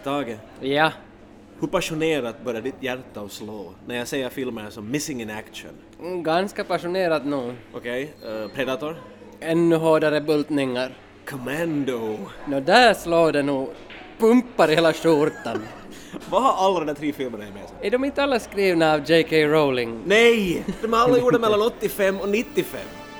Tage, Ja. hur passionerat börjar ditt hjärta att slå när jag säger filmer som Missing in Action? Ganska passionerat nog. Okej, Predator? Ännu hårdare bultningar. Commando? Där slår det nog pumpar i hela skjortan. Vad har alla de där 3 filmerna med sig? Är de inte alla skrivna av J.K. Rowling? Nej! De är alla gjorda mellan 85 och 95.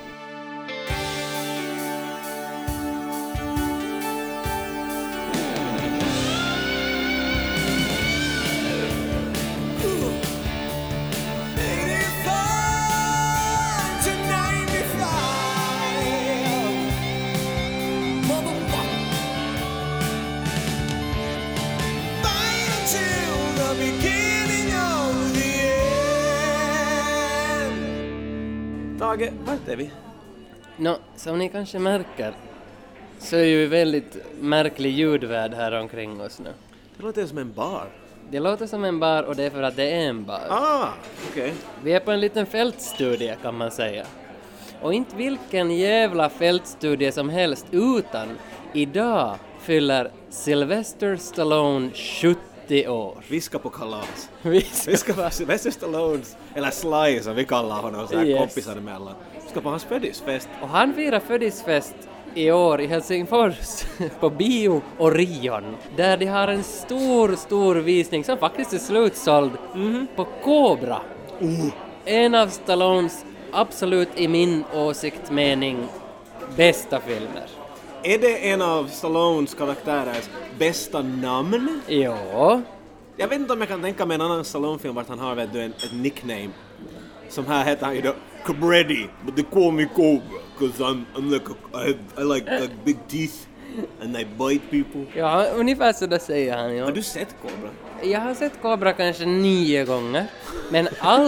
Tage, vart är vi? Som ni kanske märker så är ju väldigt märklig ljudvärld här omkring oss nu. Det låter som en bar. Det låter som en bar och det är för att det är en bar. Okej. Vi är på en liten fältstudie kan man säga. Och inte vilken jävla fältstudie som helst utan idag fyller Sylvester Stallone 70 år. Vi ska på kalas. Vi ska på Sylvester Stallones, eller Sly som vi kallar honom, så här Yes. kompisar emellan. Vi ska på hans födelsedagsfest. Och han firar födelsedagsfest i år i Helsingfors på Bio Orion där de har en stor visning som faktiskt är slutsåld på Cobra. En av Stallones absolut i min åsikt mening bästa filmer. Är det en av Stallones karaktärers bästa namn? Ja. Jag vet inte om jag kan tänka mig en annan Stallone-film vart han har ett nickname. Som här heter han ju då Cabretti, but they call me Cobra, 'cause I'm like I like big teeth and I bite people. Ja, ungefär så där säger han. Ja. Har du sett Cobra? Jag har sett Cobra kanske 9 gånger, men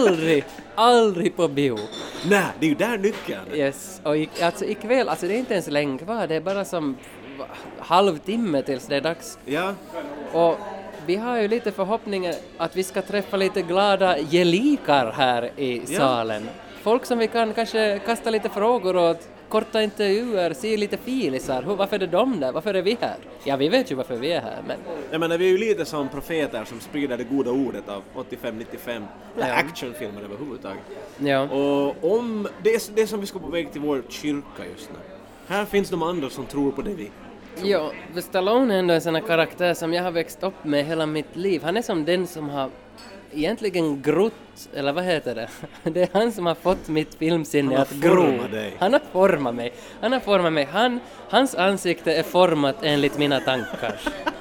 aldrig på bio. Nej, det är ju där nyckeln. Yes, och ikväll, alltså det är inte ens länge kvar, det är bara som halvtimme tills det är dags. Ja. Och vi har ju lite förhoppningar att vi ska träffa lite glada gelikar här i salen. Folk som vi kan kanske kasta lite frågor åt, korta intervjuer, se lite filisar. Varför är de där? Varför är vi här? Ja, vi vet ju varför vi är här, men... Jag menar, vi är ju lite som profeter som sprider det goda ordet av 85-95 actionfilmer överhuvudtaget. Ja. Och om det är som vi ska på väg till vår kyrka just nu. Här finns de andra som tror på det vi. Ja, för Stallone är ändå en sån här karaktär som jag har växt upp med hela mitt liv. Han är som den som har egentligen grott, eller vad heter det? Det är han som har fått mitt filmsinne att gro. Han har format mig. Hans ansikte är format enligt mina tankar.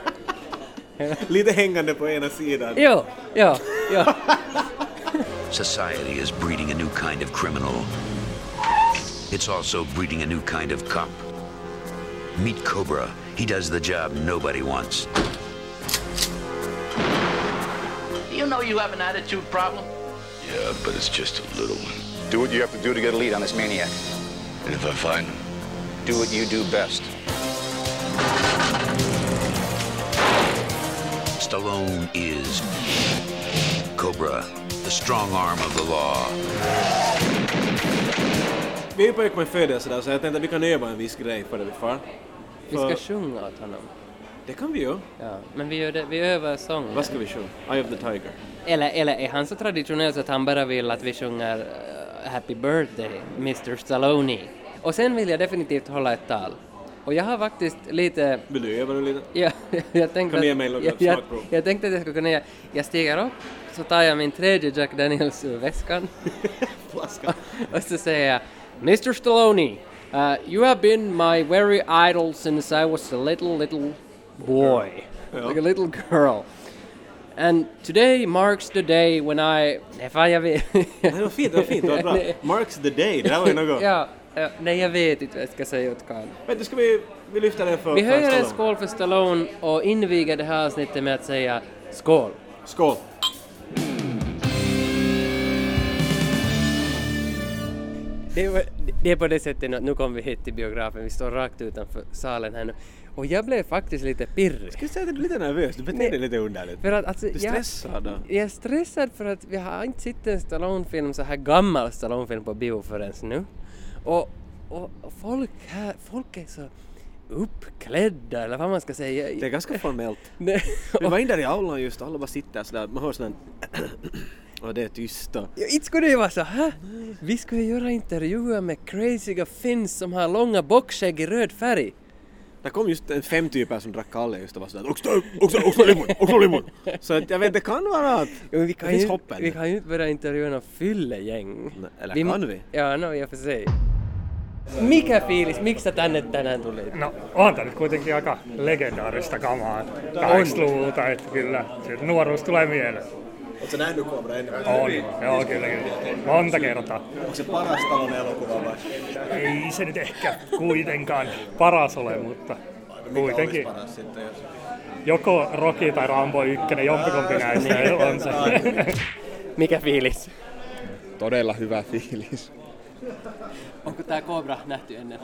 Lite hängande på ena sidan. Ja. Society is breeding a new kind of criminal. It's also breeding a new kind of cop. Meet Cobra. He does the job nobody wants. You know you have an attitude problem? Yeah, but it's just a little one. Do what you have to do to get a lead on this maniac. And if I find him? Do what you do best. Stallone is Cobra, the strong arm of the law. Vi är på väg med födelsedag så jag tänkte att vi kan öva en viss grej för det vi far. Vi ska sjunga åt honom. Det kan vi ju. Ja, men vi övar sång. Vad ska vi sjunga? Eye of the Tiger. Eller är han så traditionell så att han bara vill att vi sjunger Happy Birthday, Mr. Stallone. Och sen vill jag definitivt hålla ett tal. Och jag har faktiskt lite... Vill du öva nu lite? Ja, jag tänkte kan att... jag tänkte att jag skulle kunna... Jag stiger upp, så tar jag min 3:e Jack Daniels ur väskan. Och så säger jag, Mr. Stallone, you have been my very idol since I was a little boy, like a little girl. And today marks the day when I... Det var fint. Marks the day, det var ju något. Ja, nej jag vet inte vad jag ska säga åt Carl. Men då ska vi lyfta den för... Vi höjer en skål för Stallone och inviger det här avsnittet med att säga skål. Skål. Det är på det sättet att nu kommer vi hit till biografen, vi står rakt utanför salen här nu. Och jag blev faktiskt lite pirrig. Ska jag säga att du är lite nervös? Du beter dig lite underligt. För att, alltså, du är stressad då? Jag är stressad för att vi har inte sett en Stallone-film, så här gammal Stallone-film på bio förrän nu. Och folk är så uppklädda eller vad man ska säga. Det är ganska formellt. Vi var in där i aulan just, alla bara sitter sådär, man hör sådär och det är tyst. Ja, inte skulle det ju vara så här. Vi skulle göra intervjuer med crazyga finns som har långa bockskägg i röd färg. Det kom just 5 typer som drack Kalle just och var sådär också limon. Så att jag vet, det kan vara att vi kan ju inte börja intervjua någon fyllegäng. Eller kan vi? Ja, jag får säga. Mikä fiilis, miksi sä tänne tänään tulit? No on tämä nyt kuitenkin aika legendaarista kamaa 80-luvulta, että kyllä nuoruus tulee mieleen. Oletko nähnyt Cobra ennen? On, joo kyllä. Monta kertaa. Onko se paras Stallone elokuva vai? Ei se nyt ehkä kuitenkaan paras ole, mutta kuitenkin. Paras sitten, jos... Joko Rocky tai Rambo 1, jompikumpi näistä on se. Mikä fiilis? Todella hyvä fiilis. Onko tää Cobra nähty ennen?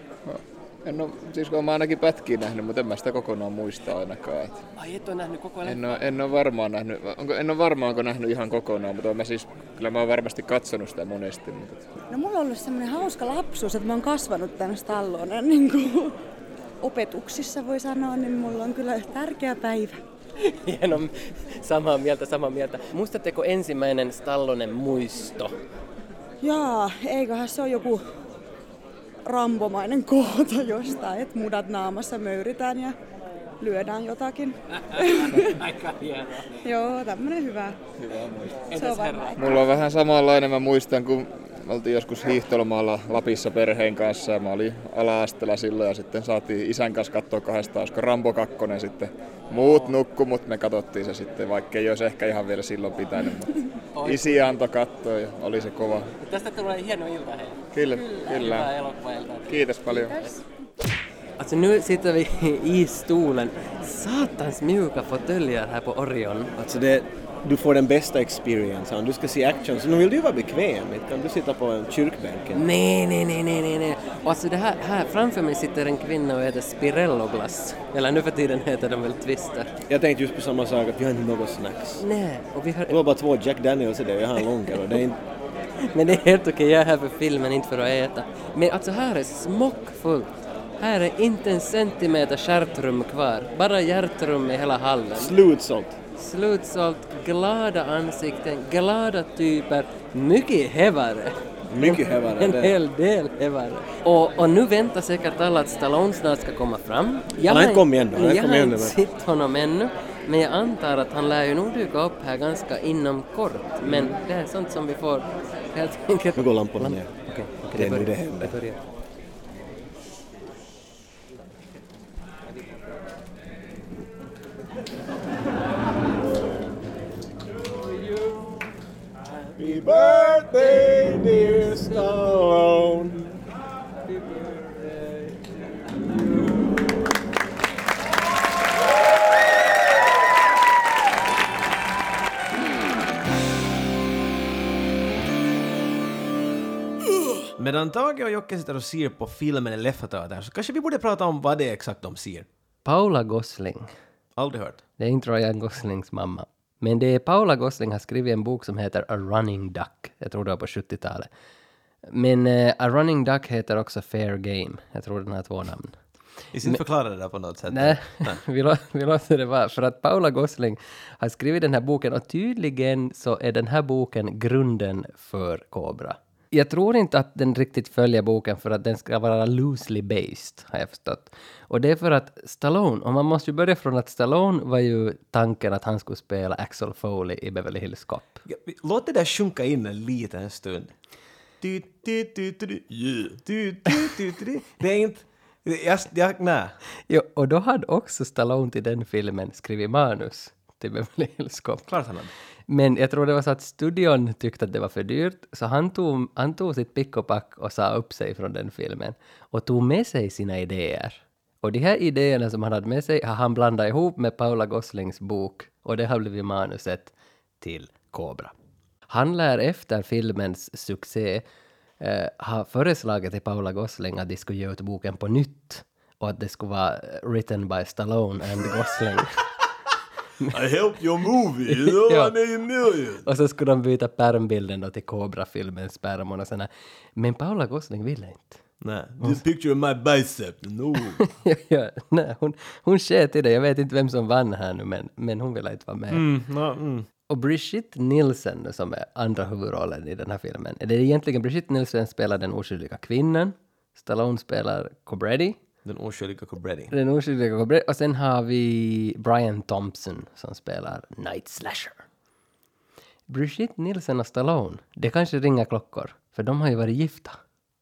En ole, siis olen ainakin pätkiä nähnyt, mutta en mä sitä kokonaan muista ainakaan. Ai et ole nähnyt koko ajan? En ole varmaan nähnyt, en ole varmaanko nähnyt ihan kokonaan, mutta kyllä mä oon varmasti katsonut sitä monesti. Mutta... No mulla on ollut semmoinen hauska lapsuus, että mä oon kasvanut tänne Stallonen niin kuin opetuksissa voi sanoa, niin mulla on kyllä tärkeä päivä. Hieno, samaa mieltä. Muistatteko ensimmäinen Stallonen muisto? Jaa, eiköhän se ole joku rambomainen kohta jostain, että mudat naamassa möyritään ja lyödään jotakin. Aika hienoa. Joo, tämmönen hyvä. Entäs herra? Mulla on vähän samanlainen, mä muistan, kun me oltiin joskus hiihtolomaalla Lapissa perheen kanssa ja mä olin ala-asteella silloin ja sitten saatiin isän kanssa katsoa kahdestaan, olisiko Rambo 2 sitten. Muut nukku, mutta me katsottiin se sitten, vaikka ei olisi ehkä ihan vielä silloin pitänyt, mutta isi antoi katsoa ja oli se kova. Tästä tulee hieno ilta, hei. Kyllä. Hyvää elokuvailtaa. Kiitos paljon. Alltså nu sitter vi i stolen. Satans mjuka fåtöljer här på Orion. Alltså du får den bästa experience. Om du ska se action så nu vill du vara bekväm. Kan du sitta på en kyrkbänken? Nej. Alltså det här framför mig sitter en kvinna och äter Spirello-glass. Eller nu för tiden heter de väl Twister. Jag tänkte just på samma sak att vi har inte något snacks. Nej, och vi har... Det var bara 2 Jack Daniels i det. Jag har en långare och det är inte... Men det är helt okej, jag är här för filmen, inte för att äta. Men alltså här är smockfullt. Här är inte en centimeter skärtrum kvar. Bara hjärtrum i hela hallen. Slutsålt, glada ansikten, glada typer, mycket hävare. En hel del hävare. Och nu väntar säkert alla att Stallone snart ska komma fram. Jag har inte sett honom ännu. Men jag antar att han lär ju nog dyka upp här ganska inom kort. Men det är sånt som vi får helt enkelt... Nu går lamporna ner. Okej, det är nu det händer. Happy birthday, dear Stallone. Happy birthday. Medan Tage och Jocke sitter och ser på filmen i Leffateatern så kanske vi borde prata om vad det är exakt de ser. Paula Gosling. Aldrig hört. Det är inte Ryan Goslings mamma. Men det är Paula Gosling har skrivit en bok som heter A Running Duck. Jag tror det var på 70-talet. Men A Running Duck heter också Fair Game. Jag tror den har 2 namn. Vi ska inte förklara det där på något sätt. Nej. vi låter det vara. För att Paula Gosling har skrivit den här boken och tydligen så är den här boken grunden för Cobra. Jag tror inte att den riktigt följer boken för att den ska vara loosely based, har jag förstått. Och det är för att Stallone, och man måste ju börja från att Stallone var ju tanken att han skulle spela Axel Foley i Beverly Hills Cop. Låt det där sjunka in en liten stund. Det är inte... Nej. Jo, och då hade också Stallone till den filmen skrivit manus till Beverly Hills Cop. Klart han hade. Men jag tror det var så att studion tyckte att det var för dyrt. Så han tog sitt pick och pack och sa upp sig från den filmen. Och tog med sig sina idéer. Och de här idéerna som han hade med sig har han blandat ihop med Paula Goslings bok. Och det har blivit manuset till Cobra. Han lär efter filmens succé ha föreslagit till Paula Gosling att de skulle ge ut boken på nytt. Och att det skulle vara written by Stallone and Gosling. I helped your movie, you know, ja. I made a million. Och så skulle de byta pärmbilden då till Cobra-filmens pärm och sådär. Men Paula Gosling ville inte. Nej, this picture of my bicep. No. Nej, hon sket i det. Jag vet inte vem som vann här nu, men hon ville inte vara med. Och Brigitte Nielsen som är andra huvudrollen i den här filmen. Det är egentligen Brigitte Nielsen spelar den oskyldiga kvinnan. Stallone spelar Cobretti. Den oskyldiga Cobretti. Och sen har vi Brian Thompson som spelar Night Slasher. Brigitte Nielsen och Stallone, det kanske ringer klockor. För de har ju varit gifta.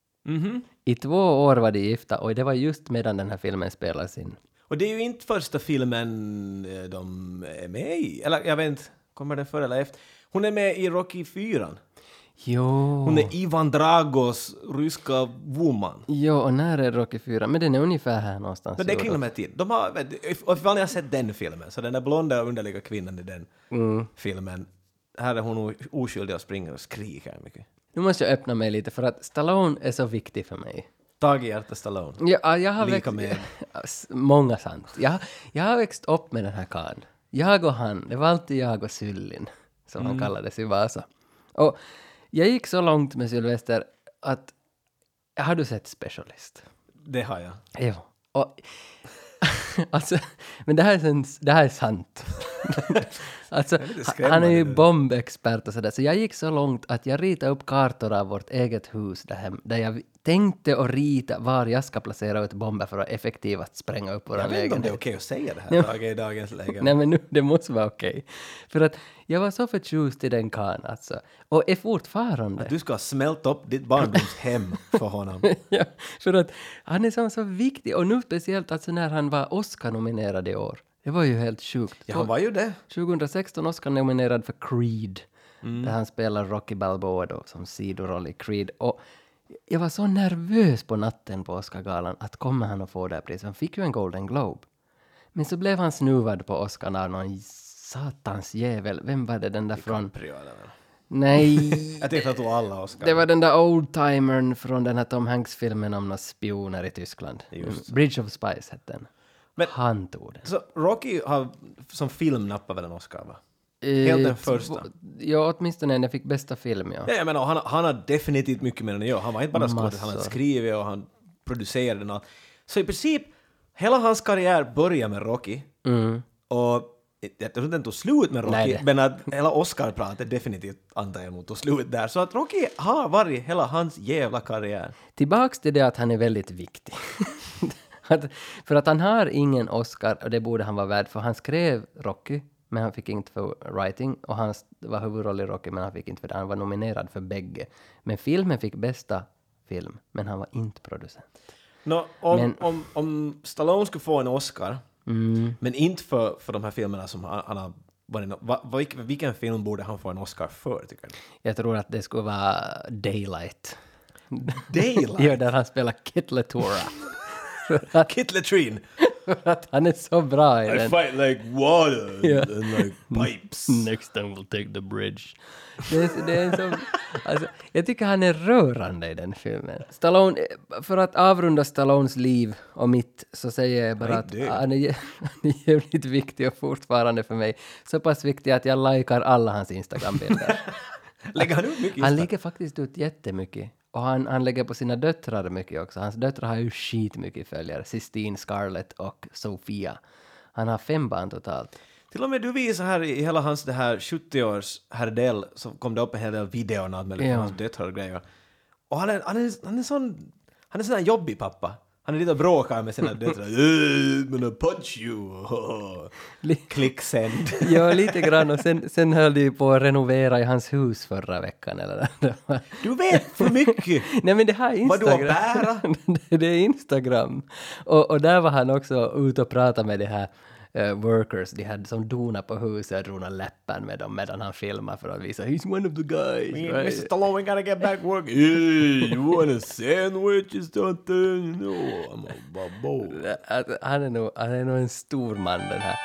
I 2 år var de gifta och det var just medan den här filmen spelades in. Och det är ju inte första filmen de är med i. Eller jag vet inte, kommer den före eller efter? Hon är med i Rocky 4. Jo. Hon är Ivan Dragos ryska woman. Jo, och när är Rocky 4? Men den är ungefär här någonstans. Men det är kring de här tiden. De har, ifall ni har sett den filmen, så den där blonda underliga kvinnan i den filmen, här är hon oskyldig och springer och skriker mycket. Nu måste jag öppna mig lite för att Stallone är så viktig för mig. Tage Hjärta Stallone. Ja, jag har lika med. Många sant. Jag har växt upp med den här karln. Jag och han, det var alltid jag och Syllin, som han kallades i Vasa. Och jag gick så långt med Sylvester att har du sett Specialist? Det har jag. Ja. Och alltså, men det här är sant. Alltså, han är ju bombexpert och sådär. Så jag gick så långt att jag ritade upp kartor av vårt eget hus där jag tänkte och rita var jag ska placera ut bomber för att effektivt spränga upp våra lägenheter. Jag vet inte om det är okej att säga det här Tage i dagens läge. Nej, men nu, det måste vara okej. För att jag var så förtjust i den kan alltså. Och är fortfarande. Att du ska ha smält upp ditt barndomshem för honom. Ja, för att han är så viktig. Och nu speciellt alltså när han var Oscar-nominerad i år. Det var ju helt sjukt. Ja, han var ju det. 2016 Oscar-nominerad för Creed. Där han spelar Rocky Balboa då, som sidoroll i Creed. Och jag var så nervös på natten på Oscar-galan att kommer han att få det här priset. Han fick ju en Golden Globe. Men så blev han snuvad på Oscar av någon satans jävel. Vem var det den där från? Nej. Jag tänkte att du alla Oscar. Det var den där oldtimern från den här Tom Hanks-filmen om några spioner i Tyskland. Bridge of Spies hette den. Men han tog den. Så Rocky har som film nappat väl en Oscar, va? Helt den första. Ja, åtminstone jag fick bästa film, ja. Ja, jag menar, han har definitivt mycket mer än jag. Han var inte bara skådespelare, han har skrivit och han producerade den. Så i princip, hela hans karriär börjar med Rocky. Och jag tror inte den tog slut med Rocky, nej, men att hela Oscar-pratet definitivt antar jag tog slut där. Så att Rocky har varit hela hans jävla karriär. Tillbaks till det att han är väldigt viktig. För att han har ingen Oscar, och det borde han vara värd, för han skrev Rocky, men han fick inte för writing, och han var huvudroll i Rocky, men han fick inte för det. Han var nominerad för bägge. Men filmen fick bästa film, men han var inte producent. Om Stallone skulle få en Oscar, men inte för de här filmerna som han har varit, vilken film borde han få en Oscar för, tycker du? Jag tror att det skulle vara Daylight. Daylight? Ja, där han spelar Kit Latora. Kit Latrine. För att han är så bra i den. I fight like water and like pipes. Next time we'll take the bridge. Det är som, alltså, jag tycker han är rörande i den filmen. Stallone, för att avrunda Stallones liv och mitt, så säger jag bara att han är jävligt viktig och fortfarande för mig. Så pass viktig att jag likar alla hans Instagram-bilder. Lägger han ut mycket? Han lägger faktiskt ut jättemycket. Och han lägger på sina döttrar mycket också. Hans döttrar har ju skitmycket följare. Sistine, Scarlett och Sofia. Han har 5 barn totalt. Till och med du visar här i hela hans det här 70-års Herdell, så kom det upp en hel del videor med hans döttrar och grejer. Och han är sån här jobbig pappa. Han är lite bråkar med sina döttrar. I'm gonna punch you. Klick send. Ja, lite grann. Och sen höll de på att renovera i hans hus förra veckan. Eller du vet för mycket. Nej, men det här är Instagram. Vad du bära? Det är Instagram. Och där var han också ute och pratade med det här workers. De hade som donar på huset och drona läppen med dem medan han filmar för att visa he's one of the guys. Right? Mr. Stallone gotta get back work. Hey, you want a sandwich or something? No, I'm a babo. Han är nog en stor man, den här.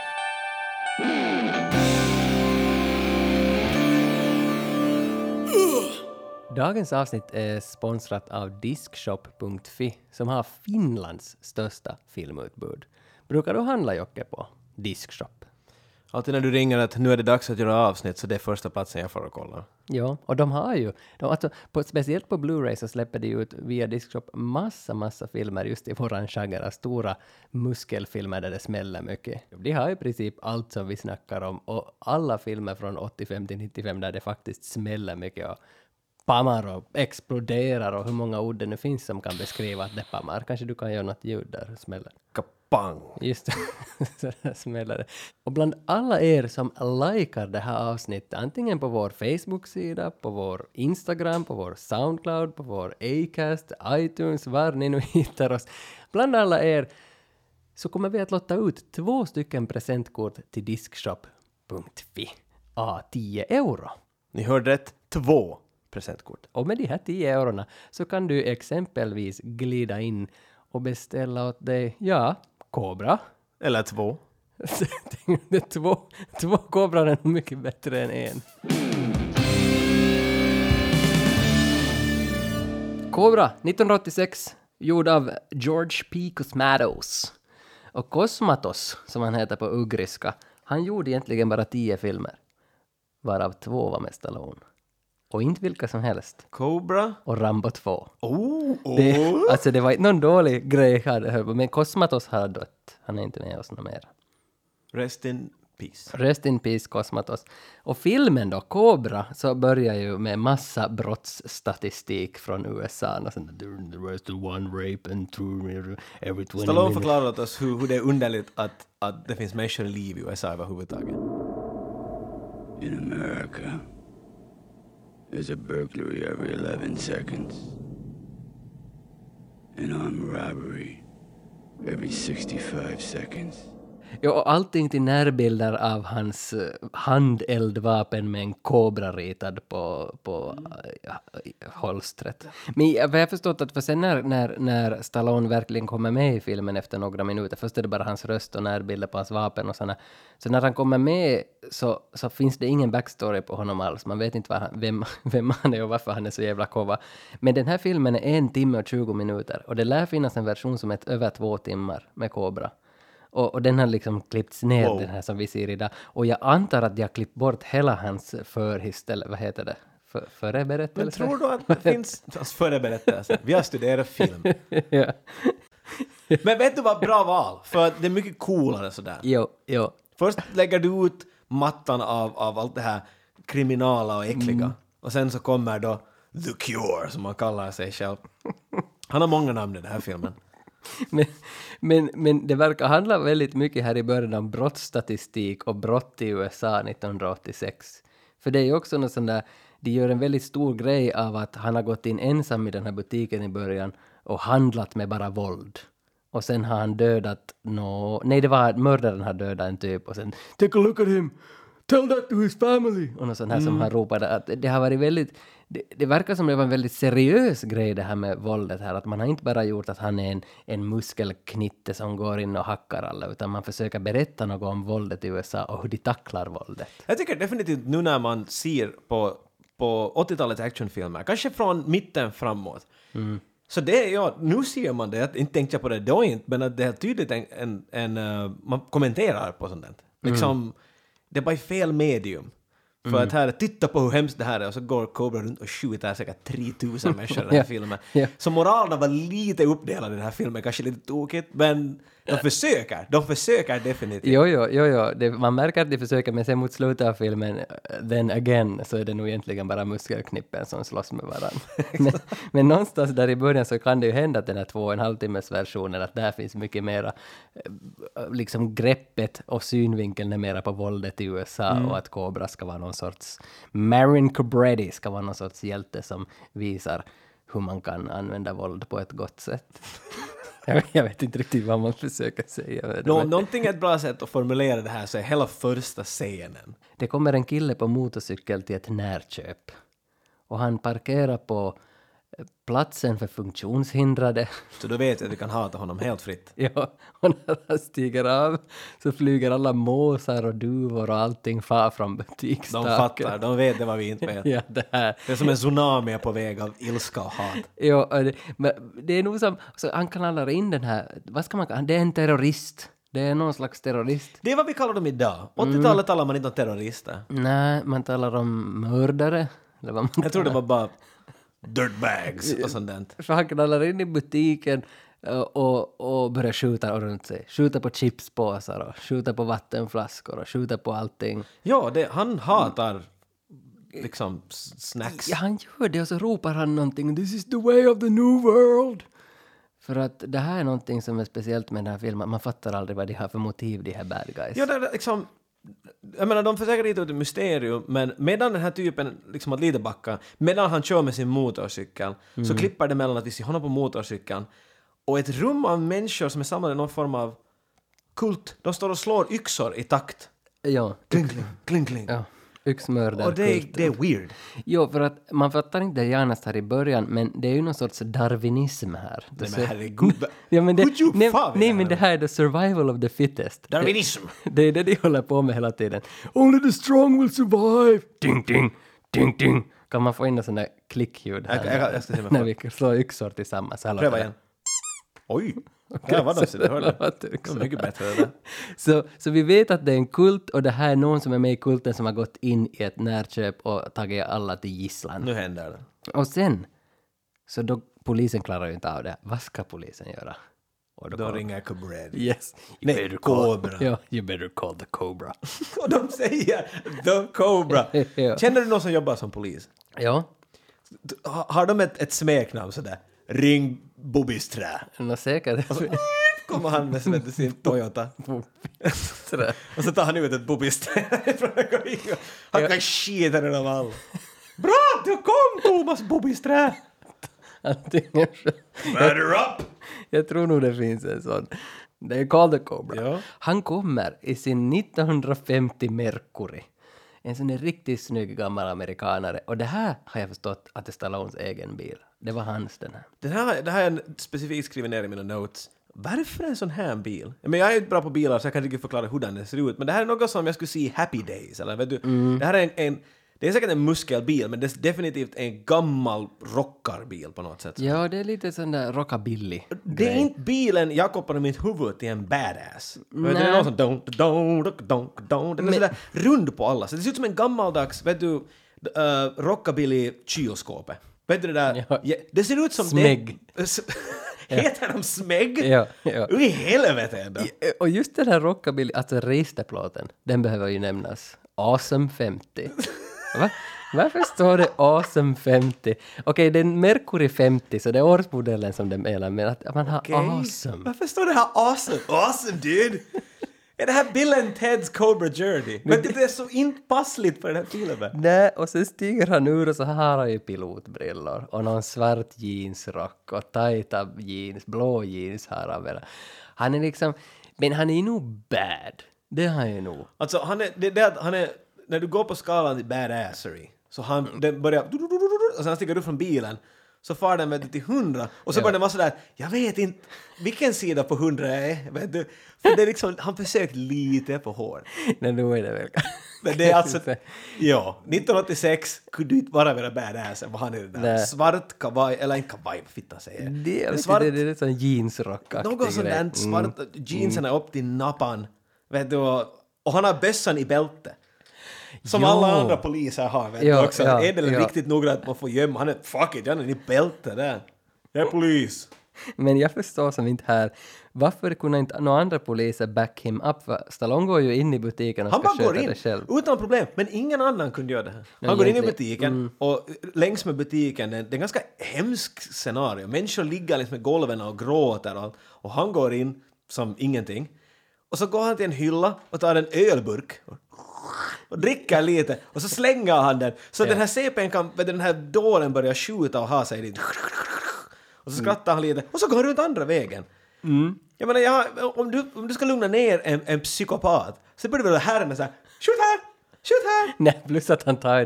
Dagens avsnitt är sponsrat av Diskshop.fi som har Finlands största filmutbud. Brukar du handla, Jocke, på Diskshop? Alltid när du ringer att nu är det dags att göra avsnitt så det är första platsen jag får att kolla. Ja, och de har ju, speciellt på Blu-ray så släpper de ut via Discshop massa filmer just i våran genre, stora muskelfilmer där det smäller mycket. De har i princip allt som vi snackar om och alla filmer från 85 till 95 där det faktiskt smäller mycket och pammar och exploderar och hur många ord det nu finns som kan beskriva att det pammar. Kanske du kan göra något ljud där smäller. Kapang! Just det, så där smäller det. Och bland alla er som likar det här avsnittet, antingen på vår Facebook-sida, på vår Instagram, på vår Soundcloud, på vår Acast, iTunes, var ni nu hittar oss. Bland alla er så kommer vi att lotta ut 2 stycken presentkort till Discshop.fi. 10 euro. Ni hörde rätt, 2 presentkort. Och med de här 10 eurona så kan du exempelvis glida in och beställa åt dig, Cobra. Eller 2. Två Cobra är mycket bättre än en. Cobra 1986, gjord av George P. Cosmatos. Och Cosmatos, som han heter på ugriska, han gjorde egentligen bara 10 filmer. Varav 2 var med Stallone. Och inte vilka som helst. Cobra. Och Rambo 2. Det var inte någon dålig grej här. Men Cosmatos har dött. Han är inte med oss någon mer. Rest in peace. Rest in peace, Cosmatos. Och filmen då, Cobra, så börjar ju med massa brottsstatistik från USA. Och sen, the rest of one rape and two every 20 Stallone förklarar åt oss hur det är underligt att det finns människor i liv i USA överhuvudtaget. In America, there's a burglary every 11 seconds. An armed robbery every 65 seconds. Ja, och allting till närbilder av hans handeldvapen med en kobra ritad på holstret. Men jag har förstått att för sen när Stallone verkligen kommer med i filmen efter några minuter, först är det bara hans röst och närbilder på hans vapen och sådana. Så när han kommer med så finns det ingen backstory på honom alls. Man vet inte vem han är och varför han är så jävla kova. Men den här filmen är 1 timme och 20 minuter och det lär finnas en version som är över 2 timmar med kobra. Och den har liksom klippts ner, den här som vi ser idag. Och jag antar att jag klippt bort hela hans förhistoria, vad heter det? Föreberättelse? Men tror du att det finns föreberättelse? Vi har studerat film. Ja. Men vet du vad, bra val? För det är mycket coolare sådär. Jo. Först lägger du ut mattan av allt det här kriminala och äckliga. Och sen så kommer då The Cure, som man kallar sig själv. Han har många namn i den här filmen. Men det verkar handla väldigt mycket här i början om brottsstatistik och brott i USA 1986. För det är ju också något sånt där, de gör en väldigt stor grej av att han har gått in ensam i den här butiken i början och handlat med bara våld. Och sen har han dödat det var mördaren har dödat en typ och sen take a look at him, tell that to his family. Och något sånt här som han ropade att det har varit väldigt, det verkar som det var en väldigt seriös grej det här med våldet här. Att man har inte bara gjort att han är en muskelknitte som går in och hackar alla. Utan man försöker berätta något om våldet i USA och hur de tacklar våldet. Jag tycker definitivt nu när man ser på 80-talets actionfilmer, kanske från mitten framåt. Så det är nu ser man det, jag inte tänkte på det då inte, men att det är tydligt man kommenterar på sånt där. Liksom, det är bara fel medium. För att här, titta på hur hemskt det här är och så går Cobra runt och skjuter säkert 3000 människor i den här filmen. Så moralen var lite uppdelad i den här filmen, kanske lite tokigt, men de försöker definitivt. Jo. Man märker att de försöker, men sen mot slutet av filmen, then again, så är det nog egentligen bara muskelknippen som slåss med varandra. men någonstans där i början så kan det ju hända att den här 2,5 timmes versionen, att där finns mycket mera, liksom greppet och synvinkeln är mera på våldet i USA och att Cobra ska vara någon sorts, Marin Cobretti ska vara någon sorts hjälte som visar hur man kan använda våld på ett gott sätt. Jag vet inte riktigt vad man försöker säga. Någonting är ett bra sätt att formulera det här så är hela första scenen. Det kommer en kille på motorcykel till ett närköp. Och han parkerar på platsen för funktionshindrade. Så då vet jag att du kan hata honom helt fritt. Ja, och när han stiger av så flyger alla måsar och duvor och allting far från butikstaken. De fattar, de vet det vad vi inte vet. Ja, det är som en tsunami på väg av ilska och hat. Ja, men det är nog som, så han kallar in den här, vad ska man kalla, det är en terrorist. Det är någon slags terrorist. Det är vad vi kallar dem idag. 80-talet talar man inte om terrorister. Nej, man talar om mördare. Eller vad man Jag tror det var bara dirtbags och sånt där. För han knallar in i butiken och börjar skjuta runt sig. Skjuta på chipspåsar och skjuta på vattenflaskor och skjuta på allting. Ja, han hatar liksom snacks. Ja, han gör det och så ropar han någonting. This is the way of the new world. För att det här är någonting som är speciellt med den här filmen. Man fattar aldrig vad de har för motiv, de här bad guys. Ja, det är liksom... Jag menar, de försöker rita ut ett mysterium, men medan den här typen, liksom att lite backa, medan han kör med sin motorcykel, så klipper det mellan att vi ser honom på motorcykeln och ett rum av människor som är samlade i någon form av kult. De står och slår yxor i takt. Ja. Kling, kling, kling, kling. Ja. Yxmördar. Och det är weird. Jo, för att man fattar inte det genast här i början, men det är ju någon sorts darwinism här. Nej, men herregud. Ja, men det, nej, men det här är the survival of the fittest. Darwinism. Det är det de håller på med hela tiden. Only the strong will survive. Ding, ding, ding, ding. Kan man få in en sån där klickljud här? Jag ska se när vi slår yxor tillsammans. Pröva igen. Oj. Okay, ja, vad de ser, det var mycket bättre det där. Så vi vet att det är en kult och det här är någon som är med i kulten som har gått in i ett närköp och tagit alla till gisslan. Nu händer det. Och sen, så då polisen klarar ju inte av det. Vad ska polisen göra? Och då ringer Cobra. Yes. Nej, Cobra. Ja, you better call the Cobra. Och de säger the Cobra. Ja. Känner du någon som jobbar som polis? Ja. Har de ett smeknamn sådär? Ring Bobis trä. Nå säkert. Och så kommer han med sin Toyota. Och så tar han ut ett Bobis trä. Han kan skita den av alla. Bra, du kom Thomas Bobis trä. Batter up! Jag tror nog det finns en sån. Det är called the Cobra. Ja. Han kommer i sin 1950 Mercury. En sån där riktigt snygg gammal amerikanare. Och det här har jag förstått att det är Stallones egen bil. Det var hans den här. Det här är en specifikt skriven ner i mina notes. Varför en sån här bil? Men jag är inte bra på bilar så jag kan inte förklara hur den ser ut. Men det här är något som jag skulle se i Happy Days. Eller, vet du? Det här är det är säkert en muskelbil, men det är definitivt en gammal rockarbil på något sätt. Ja, det är lite sån där rockabilly. Det är inte bilen jag kopplar i mitt huvud till en badass. Vet du, det är någon som den är sådär rund på alla. Så det ser ut som en gammaldags, vet du, rockabilly kylskåpet. Vet du det där? Ja. Det ser ut som Smeg. Heter de Smeg? Ja. I helvete ändå. Och just den här rockabilly, alltså registerplåten, den behöver ju nämnas. Awesome 50. Va? Varför står det Awesome 50? Okej, det är Mercury 50, så det är årsmodellen som det menar, men att man har Awesome. Varför står det här Awesome? Awesome, dude! Är det här Bill and Ted's Cobra Journey? Men det är så inpassligt på den här filmen. Nej, och sen stiger han ur och så har han ju pilotbrillor och någon svart jeansrock och tajta jeans, blå jeans har han väl. Han är liksom, men han är nog bad. Det har han ju nog. Alltså, han är, när du går på skalan till badassery, så den börjar, och sen stiger du från bilen, så far den med till 100, och så börjar den vara sådär, jag vet inte vilken sida på 100 är, vet du, för det är liksom, han försökt lite på hår. Nej, nu är det väl. Men det är alltså, ja, 1986 kunde du inte bara vara badass, vad han är det där, svart kavaj, eller en kavaj, vad fittan säger. Det är en sån jeansrock-aktig något sånt där, svart, jeansen är upp till nappan, vet du, och han har bössan i bälte. Som alla andra poliser har, vet du också. Är det riktigt nog att man får gömma? Han är, fuck it, han är i bälte där. Jag är polis. Men jag förstår som inte här, varför kunde inte några andra poliser back him up? Stallone går ju in i butiken och ska sköta det själv. Utan problem, men ingen annan kunde göra det här. Han går in i butiken och längs med butiken, det är en ganska hemsk scenario. Människor ligger liksom med golven och gråter och han går in som ingenting. Och så går han till en hylla och tar en ölburk och dricker lite och så slänger han den. Så den här CP:n kan, den här dåren börjar skjuta och ha sig dit. Och så skrattar han lite och så går han runt andra vägen. Jag menar, om du ska lugna ner en psykopat så borde väl herren säga, skjut här! Nej, plus att han tar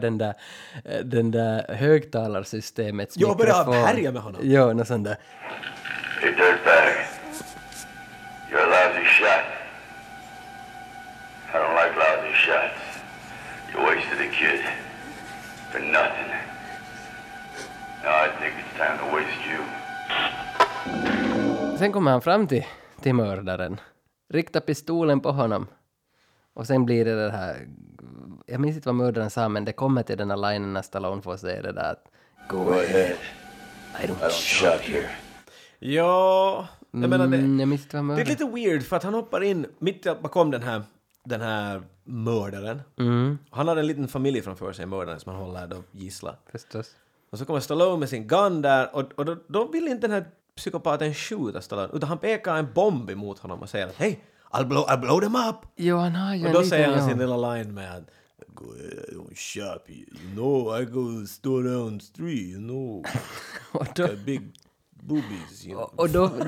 den där högtalarsystemets mikrofon. Jag börjar härja med honom. Ja, något sånt där. Hey, dirtbag. You're a lousy shot. I don't like lousy shots. You wasted a kid. For nothing. Now I think it's time to waste you. Sen kommer han fram till mördaren. riktar pistolen på honom. Och sen blir det här... Jag minns inte vad mördaren sa, men det kommer till den här linen när Stallone får säga det där att Go ahead. I don't shot here. Ja, jag menar det. jag minns inte vad Det är mördaren... lite weird för att han hoppar in mitt bakom den här mördaren. Han har en liten familj framför sig, mördaren, som han håller då gissla. Förstås. Och så kommer Stallone med sin gun där och då vill inte den här psykopaten skjuta Stallone, utan han pekar en bomb emot honom och säger att hej, I'll blow them up. Jo, han har ju Och en då liten... säger han sin lilla line med att go ahead, I don't shop you. You know, I go store down the street, you know. Och då... Got big boobies, you know. Och då...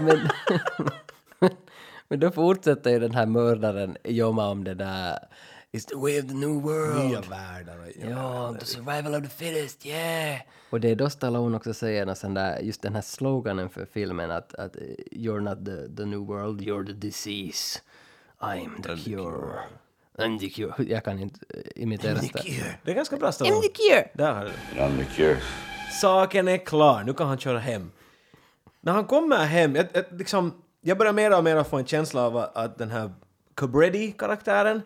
Men då fortsätter ju den här mördaren jobba om det där... It's the way of the new world. Nya världar. Ja, the survival of the fittest, yeah! Och det är då Stallone också säger något sån där, just den här sloganen för filmen att you're not the new world, you're the disease. I'm the cure. I'm the cure. Jag kan inte imitera det. Det är ganska bra Stallone. I'm the cure! Där har du det. I'm the cure. Saken är klar, nu kan han köra hem. När han kommer hem, jag börjar mer och mer få en känsla av att den här Cobretti-karaktären,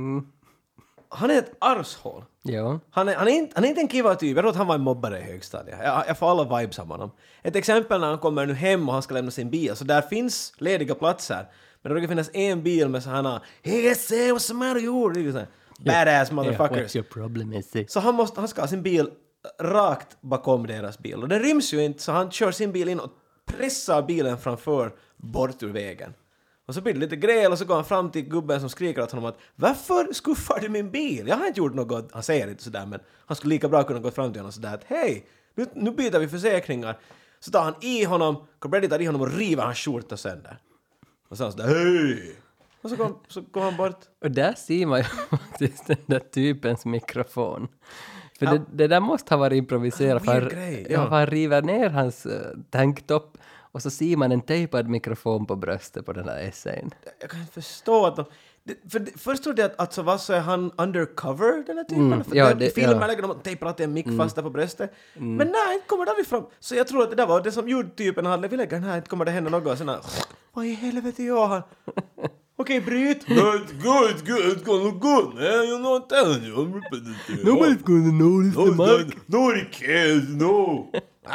han är ett arshål. Ja. Han är inte en kiva typ. Jag tror att han var en mobbare i högstadiet. Jag får alla vibes av honom. Ett exempel när han kommer nu hem och han ska lämna sin bil. Så där finns lediga platser. Men det brukar finnas en bil med sådana hey, say what's the matter you? Badass motherfuckers. What's your problem is it? Så han ska ha sin bil rakt bakom deras bil. Och det ryms ju inte, så han kör sin bil in och pressar bilen framför bort ur vägen. Och så blir det lite gräl och så går han fram till gubben som skriker åt honom att varför skuffar du min bil? Jag har inte gjort något. Han säger inte sådär, men han skulle lika bra kunna gå fram till honom sådär att hej, nu byter vi försäkringar. Så tar han i honom, Cobretti tar i honom och river hans skjorta sönder. Och så han sådär hej! Och så går han bort. Och där ser man ju faktiskt den där typens mikrofon. För det där måste ha varit improviserat. För han river ner hans tanktopp. Och så ser man en tejpad mikrofon på bröstet på den här essayen. Jag kan inte förstå att först trodde jag att alltså, vad så är han undercover, den här typen? För filmen lägger de tejpar alltid en mick fast där på bröstet. Men nej, inte kommer det ifrån. Så jag tror att det där var det som gjorde typen hade. Vi lägger den här, inte kommer det hända något. Sådana, vad i helvete gör han? Okej, bryt. Good, it's gonna look good, man. You're not telling you. Nobody's gonna notice the mark. Nobody cares, no.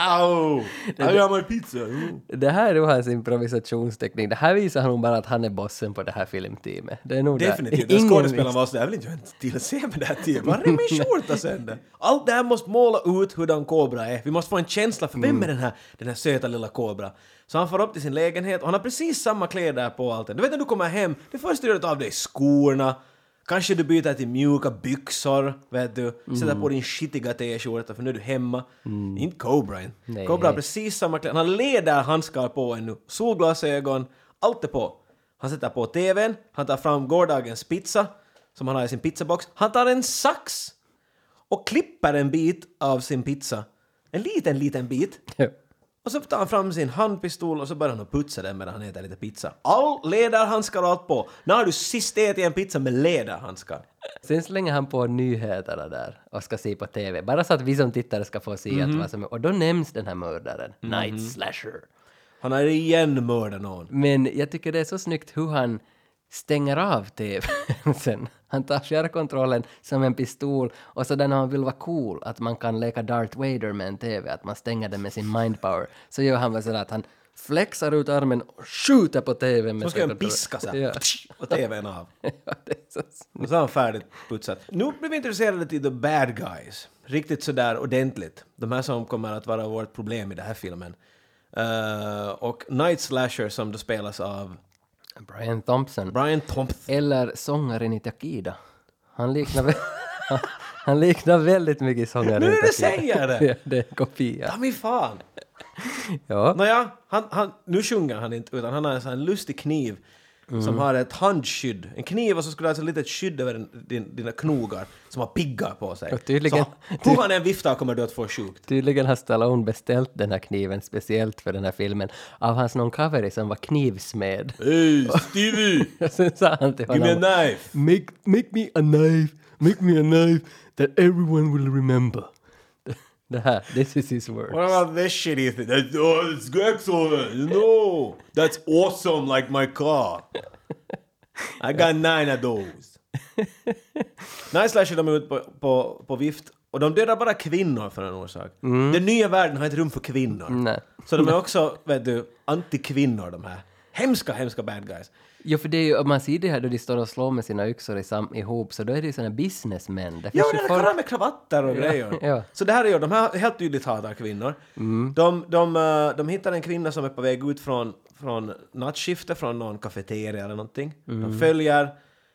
Ow! I got my pizza. Det här är nog hans improvisationsteknik. Det här visar nog bara att han är bossen på det här filmteamet. Det är nog definitivt. Den skådespelaren var så där. Jag vill inte till att se med det här typ. Var är min skjorta sönder? Allt det här måste måla ut hur den kobra är. Vi måste få en känsla för vem är den här söta lilla kobra. Så han får upp till sin lägenhet och han har precis samma kläder på allt. Du vet när du kommer hem, det första du gör av dig skorna. Kanske du byter till mjuka byxor, vet du. Sätter på din skitiga t-skjorta för nu är du hemma. Inte Cobra. Cobra har precis samma kläder. Han har läderhandskar på ännu. Solglasögon. Allt är på. Han sätter på tvn. Han tar fram gårdagens pizza som han har i sin pizzabox. Han tar en sax och klipper en bit av sin pizza. En liten bit. Och så tar han fram sin handpistol och så börjar han att putsa den medan han äter lite pizza. All läderhandskar och allt på. När har du sist ätit en pizza med läderhandskar? Sen slänger han på nyheterna där och ska se på tv. Bara så att vi som tittare ska få se att vad som är. Och då nämns den här mördaren. Night Slasher. Han har igen mördat någon. Men jag tycker det är så snyggt hur han stänger av tv sen. Han tar fjärrkontrollen som en pistol och så när han vill vara cool att man kan leka Darth Vader med en tv, att man stänger den med sin mindpower, så gör han väl sådär att han flexar ut armen och skjuter på tv med så ska han piska så här, och tvn av. Ja, det är så och så har han färdigt putsat. Nu blir vi intresserade till the bad guys. Riktigt sådär ordentligt. De här som kommer att vara vårt problem i den här filmen. Och Night Slasher som då spelas av Brian Thompson. Eller sångaren i Takida. Han liknar väldigt mycket sångaren i Takida. Nu det säger det! Ja, det är en kopia. Ta mig fan! Ja. Nåja, nu sjunger han inte, utan han har en sån här lustig kniv som har ett handskydd. En kniv och så skulle det ha ett litet skydd över dina knogar som har piggar på sig. Och tydligen, så hur han än viftar kommer du att få sjukt. Tydligen har Stallone beställt den här kniven speciellt för den här filmen av hans någon cover som var knivsmed. Hey Stevie! Sen sa han till honom, give me a knife! Make me a knife! Make me a knife that everyone will remember. Det här, this is his words. What about this shitty thing? It's excellent, you know. That's awesome, like my car. I got 9 of those. Night Slasher, de är ut på vift. Och de dödar bara kvinnor för en orsak. Den nya världen har ett rum för kvinnor. Nej. Så de är också, vet du, anti-kvinnor, de här. Hemska bad guys. Jo, för det är ju, om man ser det här då de står och slår med sina yxor ihop, så då är det ju såna businessmän. Ja, det är folk med kravatter och grejer. Ja. Så det här är ju, de här helt tydligt hatar kvinnor. De hittar en kvinna som är på väg ut från nattskifte, från någon kafeteria eller någonting. De följer,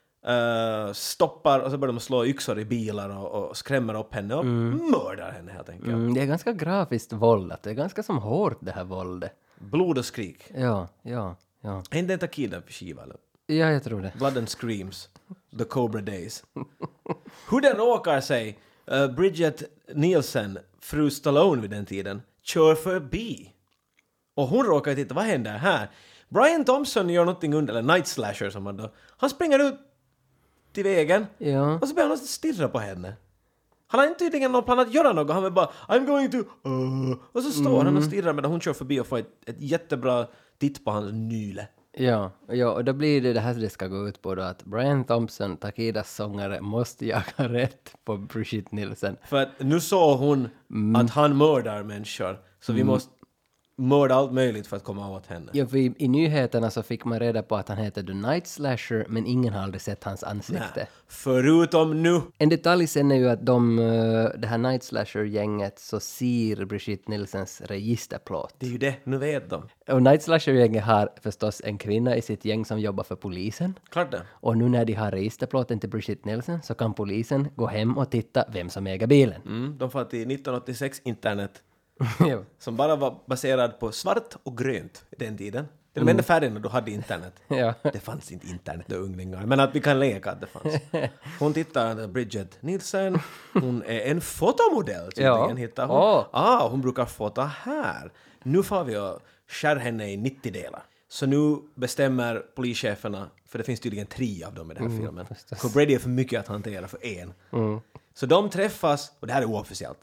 stoppar och så börjar de slå yxor i bilar och skrämmer upp henne och mördar henne helt enkelt. Det är ganska grafiskt våld, det är ganska som hårt det här våldet. Blod och skrik. Ja. Är inte en Takida-skiva eller? Ja, jag tror det. Blood and Screams. The Cobra Days. Hur det råkar sig, Bridget Nielsen, fru Stallone vid den tiden, kör förbi. Och hon råkar titta, vad händer här? Brian Thompson gör någonting under, eller Night Slasher som han då. Han springer ut till vägen och så börjar han stirra på henne. Han har inte tydligen någon plan att göra något. Han vill bara, I'm going to... Och så står han och stirrar medan hon kör förbi och får ett jättebra titt på hans nyle. Ja, och då blir det här det ska gå ut på då, att Brian Thompson, Takidas sångare, måste jaga rätt på Brigitte Nielsen. För att nu såg hon att han mördar människor. Så vi måste mörda allt möjligt för att komma åt henne. Ja, för i nyheterna så fick man reda på att han heter The Night Slasher, men ingen har aldrig sett hans ansikte. Nej, förutom nu. En detalj sen är ju att det här Night Slasher-gänget så ser Brigitte Nielsens registerplåt. Det är ju det, nu vet de. Och Night Slasher-gänget har förstås en kvinna i sitt gäng som jobbar för polisen. Klart det. Och nu när de har registerplåten till Brigitte Nielsen så kan polisen gå hem och titta vem som äger bilen. De får till 1986 internet. Ja. Som bara var baserad på svart och grönt i den tiden. Det är de enda färgerna du hade internet. Ja. Det fanns inte internet då, unglingar. Men att vi kan leka att det fanns. Hon tittar, Bridget Nielsen. Hon är en fotomodell. Hittar hon. Hon brukar fota här. Nu får vi att skär henne i 90 delar. Så nu bestämmer polischeferna, för det finns tydligen 3 av dem i den här filmen. Cobretti är för mycket att hantera för en. Så de träffas, och det här är oofficiellt.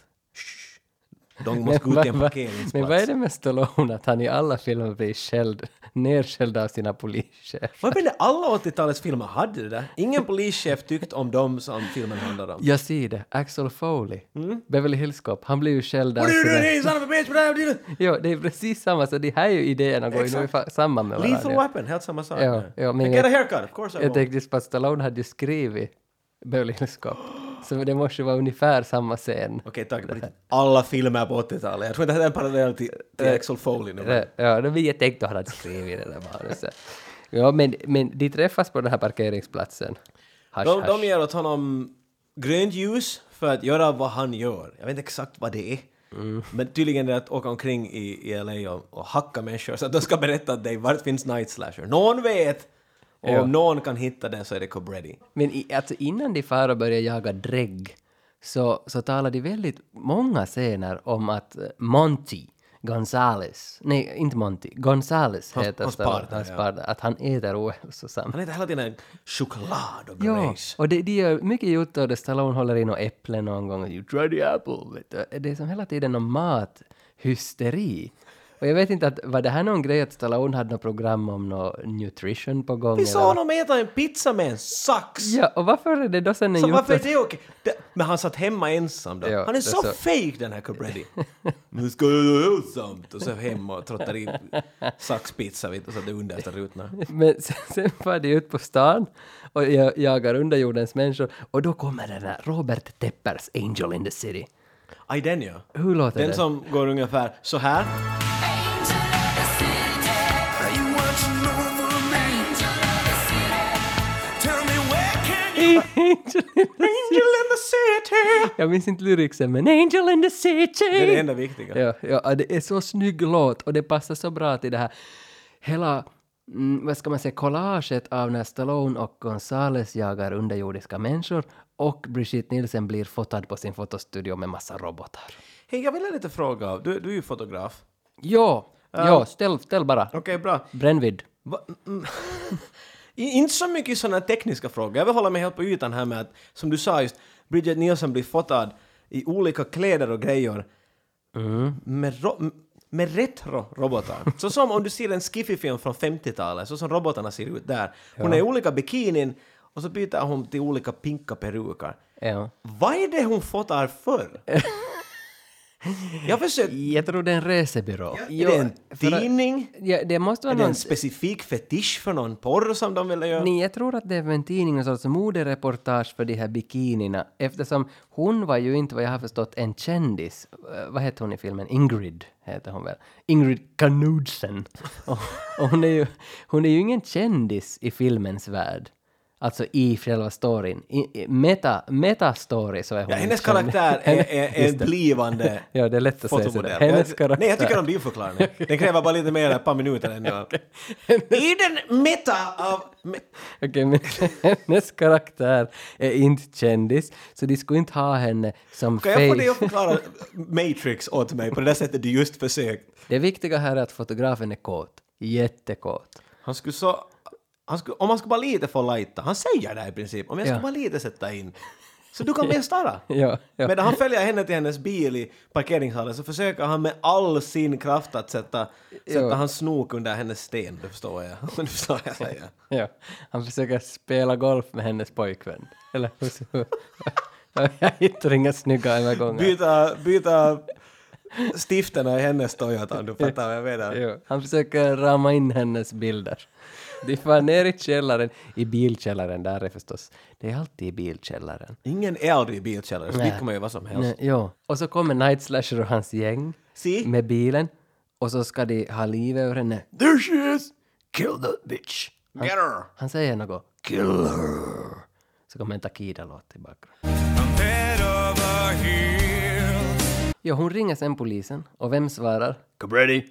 De måste gå ut i en parkeringsplats. Men vad är det med Stallone att han i alla filmer blir nedskälld av sina polischefer? Vad är det alla 80-talets filmer hade det där? Ingen polischef tyckte om dem som filmen handlade om. Jag ser det. Axel Foley. Beverly Hills Cop. Han blir ju skälld av Ja, det är precis samma. Så de här ju idéerna går ju samman med varandra. Lethal Weapon, helt samma sak. Ja, men get a haircut, of course I jag tänkte just på att Stallone hade ju skrivit Beverly Hills Cop. Så det måste vara ungefär samma scen. Okej, tack. Alla filmer på 80-talet. Jag tror inte att det är en parallell till Axel Foley nu. Ja, då jag tänkte att han hade skrivit det där manuset. Ja, men de träffas på den här parkeringsplatsen. De ger åt honom grönt ljus för att göra vad han gör. Jag vet inte exakt vad det är. Men tydligen är det att åka omkring i LA och hacka människor. Så att de ska berätta att vart finns Night Slasher. Någon vet! Och om någon kan hitta den så är det Cobretti. Men alltså innan de fara börjar jaga drägg så talar de väldigt många scener om att Monty Gonzales, nej inte Monty, Gonzales heter hans partner, att han äter ohälsosamt. Han äter hela tiden choklad och grejs. Och det gör mycket gjort av det. Stallone håller in och äpplen någon gång. You try the apple. Vet du. Det är som hela tiden någon mathysteri. Och jag vet inte att var det här någon grej att Stallone hade något program om någon nutrition på gång? Vi sa honom äta en pizza med en sax! Ja, och varför är det då sen en så varför är det okej? Men han satt hemma ensam då. Ja, han är så fake den här Cobretti. Nu ska jag göra ensamt. Och så hemma och trottar i saxpizza och så det understa rutorna. Men sen var det ut på stan och jag jagar underjordens människor. Och då kommer den här Robert Teppers Angel in the City. Aj, den ja. Hur låter den som går ungefär så här. Angel in the city. Jag minns inte lyricsen, men Angel in the city. Det är det enda viktiga. Ja, det är så snygg låt och det passar så bra till det här hela, vad ska man säga, collaget av när Stallone och Gonzales jagar underjordiska människor och Brigitte Nielsen blir fotad på sin fotostudio med massa robotar. Hej, jag vill lite fråga. Du är ju fotograf. Ja, ställ bara. Okej, bra. Brännvidd. Inte så mycket sådana tekniska frågor. Jag vill hålla mig helt på ytan här med att, som du sa just, Bridget Nielsen blir fotad i olika kläder och grejer. med retro-robotar. Så som om du ser en skiffy-film från 50-talet, så som robotarna ser ut där. Hon är i olika bikinin och så byter hon till olika pinka peruker. Ja. Vad är det hon fotar för? Jag tror det är en resebyrå. Är det en tidning? Ja, det måste vara är det en specifik fetisch för någon porr som de vill göra? Nej, jag tror att det är en tidning och sorts modereportage för de här bikinierna. Eftersom hon var ju inte, vad jag har förstått, en kändis. Vad heter hon i filmen? Ingrid heter hon väl. Ingrid Knudsen. och hon är ju ingen kändis i filmens värld. Alltså i själva storyn. Meta-story så är hon. Ja, hennes karaktär är en blivande ja, det är lätt att fotomodell. säga. Hennes karaktär. Nej, jag tycker om din förklaring. Den kräver bara lite mer än ett par minuter ännu. I den meta av... Okej, men hennes karaktär är inte kändis, så de skulle inte ha henne som face. Kan jag få dig att förklara Matrix åt mig på det där sättet du just försökt? Det viktiga här är att fotografen är kåt. Jättekåt. Om man ska bara lite få lajta, han säger det i princip, om jag ska bara lite sätta in, så du kan mer starra. ja. Medan han följer henne till hennes bil i parkeringshallen så försöker han med all sin kraft att sätta hans snok under hennes sten, det förstår jag. Det förstår jag säga. Ja, han försöker spela golf med hennes pojkvän. Eller hur? Jag hittar inga snygga övergångar. Byta stifterna i hennes Toyota, du fattar vad jag menar. Jo, han försöker rama in hennes bilder. De får ner i källaren, i bilkällaren, där är förstås. Det är alltid i bilkällaren. Ingen är aldrig i bilkällaren, så sticker man ju vad som helst. Jo, och så kommer Night Slasher och hans gäng med bilen. Och så ska de ha liv över henne. There she is! Kill that bitch! Get her! Han säger något. Kill her! Så kommer en Takida-låt tillbaka. Jo, hon ringer sen polisen. Och vem svarar? Cabretti!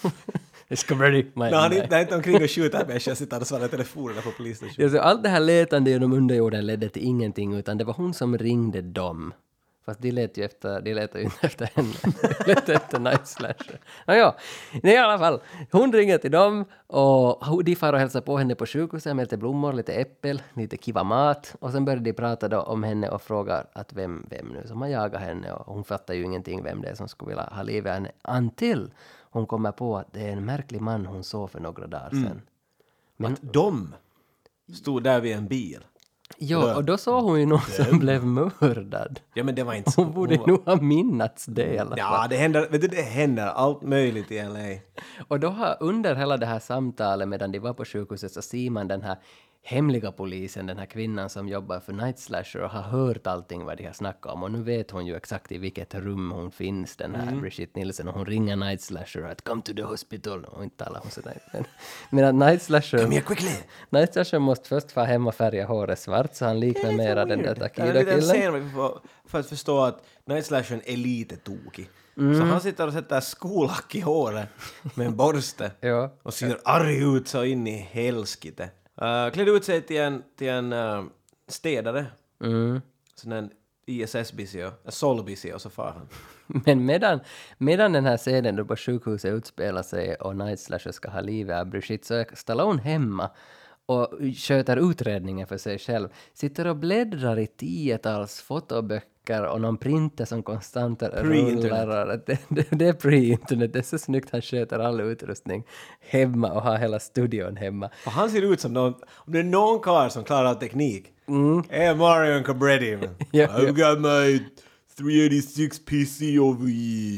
Nej, han är inte omkring och skjuter människor, sitter och svarar telefonerna på polisen. Ja, så allt det här letande genom underjorden ledde till ingenting, utan det var hon som ringde dem. Fast de letade ju inte efter henne. De letade efter Night Slasher. Nåja, i alla fall. Hon ringer till dem och de far och hälsar på henne på sjukhuset med lite blommor, lite äppel, lite kiva mat. Och sen började de prata då om henne och frågar att vem nu som har jagat henne. Och hon fattar ju ingenting vem det är som skulle vilja ha livet henne. Until hon kommer på att det är en märklig man hon såg för några dagar sedan. Men att de stod där vid en bil. Ja, och då såg hon ju någon som blev mördad. Ja, men det var inte så. Hon borde nog ha minnats det i alla fall. Ja, det händer allt möjligt i LA. Och då har under hela det här samtalet medan de var på sjukhuset så ser man den här hemliga polisen, den här kvinnan som jobbar för Night Slasher och har hört allting vad de har snackat om. Och nu vet hon ju exakt i vilket rum hon finns, den här Brigitte Nielsen. Och hon ringer Night Slasher att come to the hospital. Och inte talar hon sådär. Men att Night Slasher... Come here quickly! Night Slasher måste först få hem och färga håret svart så han liknar mera den där Takida-killen. För att förstå att Night Slasher är lite tokig. Så han sitter och sätter skolack i håret med en borste. Ja. Och ser arg ut så in i helskite. Klädde ut sig till en städare. Sån en ISS-bisio, en Sol-bisio, och så far han. Men medan den här scenen då på sjukhuset utspelar sig och Night Slasher ska ha livet av Brigitte så är Stallone hemma och sköter utredningen för sig själv. Sitter och bläddrar i 10-tals fotoböcker och någon printer som konstant rullar. Det är pre-internet. Det är så snyggt han sköter all utrustning hemma och har hela studion hemma. Och han ser ut som någon, om det är någon karl som klarar teknik. Hey, Mario Cabretti. I've got my 386 PC over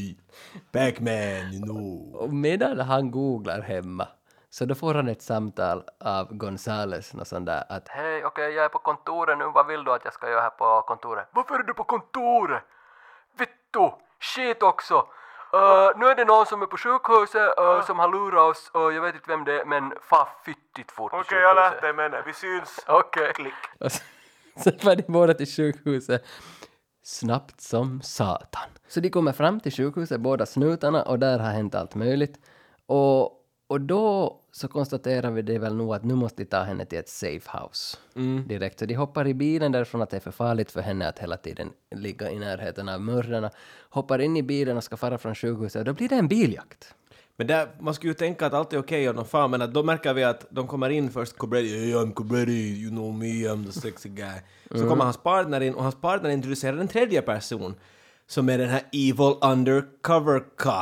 Pac-Man, you know. Och medan han googlar hemma så då får han ett samtal av Gonzales och sånt där att hej, okej, jag är på kontoret nu, vad vill du att jag ska göra här på kontoret? Varför är du på kontoret? Vittu, shit också. Nu är det någon som är på sjukhuset som har lurat oss och jag vet inte vem det är, men fan fittigt fort. Okej, jag lät dig med det, vi syns. Okej. Klick. Så var de båda till sjukhuset snabbt som satan. Så de kommer fram till sjukhuset, båda snutarna, och där har hänt allt möjligt. Och då så konstaterar vi det väl nog att nu måste de ta henne till ett safe house direkt. Så de hoppar i bilen därifrån att det är för farligt för henne att hela tiden ligga i närheten av mördarna. Hoppar in i bilen och ska fara från sjukhuset och då blir det en biljakt. Men där, man skulle ju tänka att allt är okej och de far, men att då märker vi att de kommer in först Cabretti, hey, I'm Cabretti, you know me, I'm the sexy guy. Så kommer hans partner in och hans partner introducerar en tredje person som är den här evil undercover cop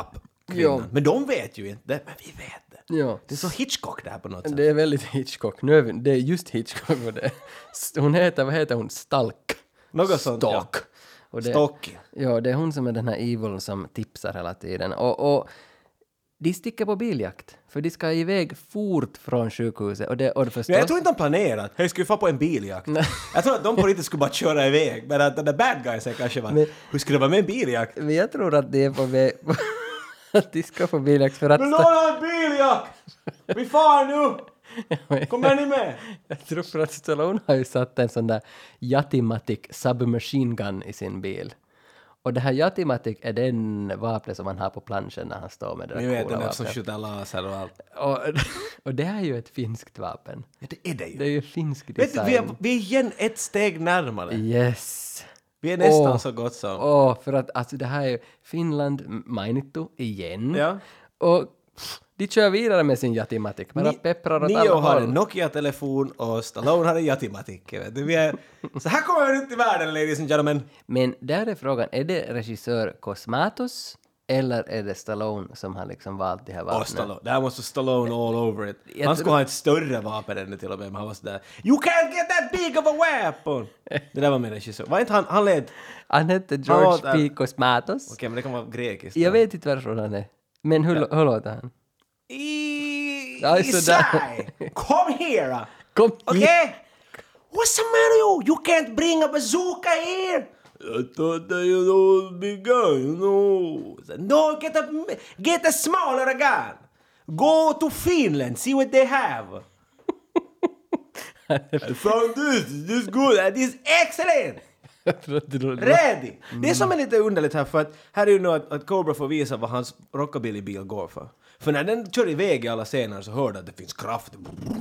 kvinnan. Men de vet ju inte, men vi vet det. Ja. Det är så Hitchcock där på något sätt. Det är väldigt Hitchcock. Nu är det är just Hitchcock och det. Vad heter hon? Stalk. Något sånt, Stock. ja. Och det, Stock. Ja, det är hon som är den här evil som tipsar hela tiden. Och de sticker på biljakt. För de ska iväg fort från sjukhuset. Och förstås... Men jag tror inte de planerat. Hej, ska vi få på en biljakt? Jag tror att de på riktigt skulle bara köra iväg. Men att den där bad guys kanske var... hur skulle det vara med en biljakt? Men jag tror att det är på väg... att de ska få biljakt för att... Men någon har en biljakt! Vi far nu! Kommer ni med? Jag tror för att Stallone har ju satt en sån där Yatimatic submachine gun i sin bil. Och det här Yatimatic är den vapen som man har på planschen när han står med det där coola vapnet. Ni vet den som skjuter laser och allt. Och det är ju ett finskt vapen. Ja, det är det ju. Det är ju finsk design. Vet du, vi är igen ett steg närmare. Yes. Vi är nästan så gott som. För att alltså det här är ju Finland mainittu igen. Ja. Och de kör vidare med sin Yatimatic. Bara pepprar åt alla Nio har håll. en Nokia-telefon och Stallone har en Yatimatic. Vet du, så här kommer vi ut i världen, ladies and gentlemen. Men där är frågan, är det regissör Cosmatos eller är det Stallone som har liksom valt det här vapnet? Stallone. Det här måste Stallone all over it. Han skulle ha ett större vapen än det till och med. Han var sådär, you can't get that big of a weapon. Det där var min regissör. Var inte han led? Han hette George P. Cosmatos. Okej, men det kan vara grekiskt. Jag vet inte varför han är. Men hur låter han? Isai! Come here! Kom okay? What's the matter you? You can't bring a bazooka here! I thought that you know big gun, you know. No, get a smaller gun. Go to Finland, see what they have. I found this good, this is excellent. Ready! Det är som är lite underligt här, för att här är ju nu att Cobra får visa vad hans rockabilly-bil går för. För när den kör iväg i alla scener så hör du att det finns kraft.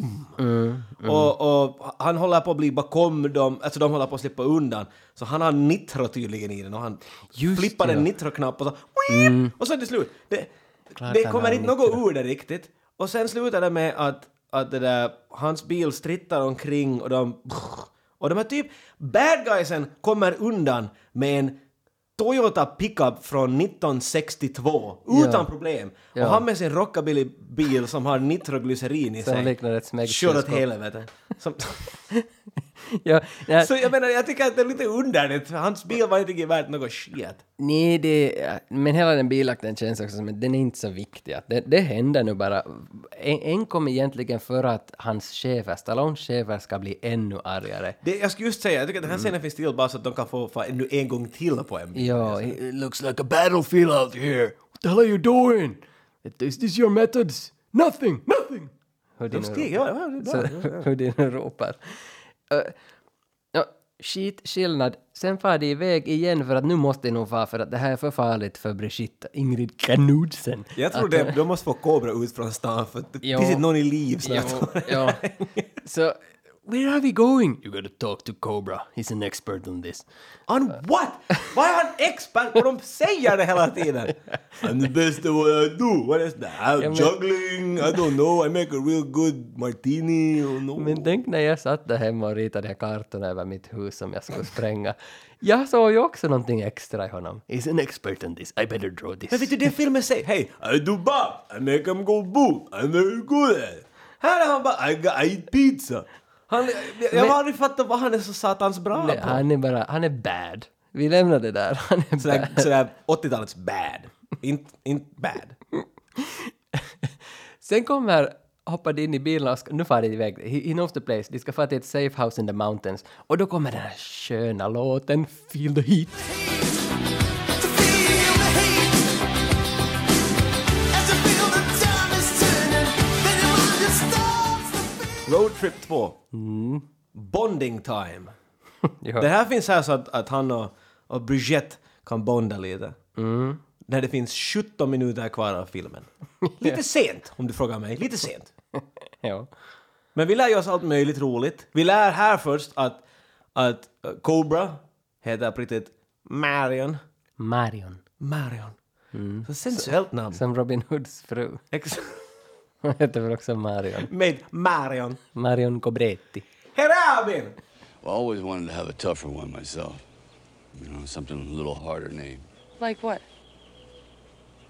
Och han håller på att bli bakom dem, alltså de håller på att slippa undan. Så han har nitro tydligen i den och han flippar en nitro-knapp och så och så är det slut. Det kommer inte något ur det riktigt. Och sen slutar det med att det där, hans bil strittar omkring och de här typ bad guysen kommer undan med en Toyota pickup från 1962 utan problem. Och han med sin rockabilly-bil som har nitroglycerin i sig. Som liknar ett kör åt helvete. Så jag menar, jag tycker att det är lite underligt. Hans bil var inte värt något skit. Nej, men hela den bilakten känns också som att den är inte så viktig. Det händer nu bara. En kom egentligen för att hans chefer, Stallones chefer, ska bli ännu argare. Jag skulle just säga, jag tycker att den här scenen finns till bara så att de kan få ännu en gång till på en bil. Ja, it looks like a battlefield out here. What the hell are you doing? Is this your methods? Nothing! Hur de nu ropar. Skillnad. Sen far de iväg igen för att nu måste de nog fara för att det här är för farligt för Brigitte Ingrid Knudsen. Jag tror de måste få Cobra ut från stan för det finns inte någon i liv snart. Ja. Så, where are we going? You gotta talk to Cobra. He's an expert on this. On what? Vad är han expert på? De säger det hela tiden. I'm the best at what I do. What is that? Juggling? I don't know. I make a real good martini. Men tänk när jag satt där hemma och ritade de kartorna över mitt hus som jag skulle spränga. Jag såg ju också någonting extra i honom. He's an expert on this. I better draw this. Men vet du det filmen säger? Hey, I do bop. I make him go boo. I'm very good at it. Här är han bara, I eat pizza. Jag har aldrig fattat vad han är så satans bra på. Han är bad. Vi lämnar det där. Han är bad. Sådär 80-talets bad. Inte bad. Sen hoppade in i bilen och nu far de iväg. He knows the place. De ska fara till ett safe house in the mountains. Och då kommer den här sköna låten Feel the Heat. Road Trip 2. Bonding time. Det här finns här så att han och Brigitte kan bonda lite. När det finns 17 minuter kvar av filmen. Lite sent, om du frågar mig. Lite sent. Ja. Men vi lär ju oss allt möjligt roligt. Vi lär här först att Cobra heter på riktigt Marion. Så sensuellt namn. Som Robin Hoods fru. Hon heter väl också Marion. Med Marion. Marion Cobretti. Hey Robin! Well, I always wanted to have a tougher one myself. You know, something a little harder name. Like what?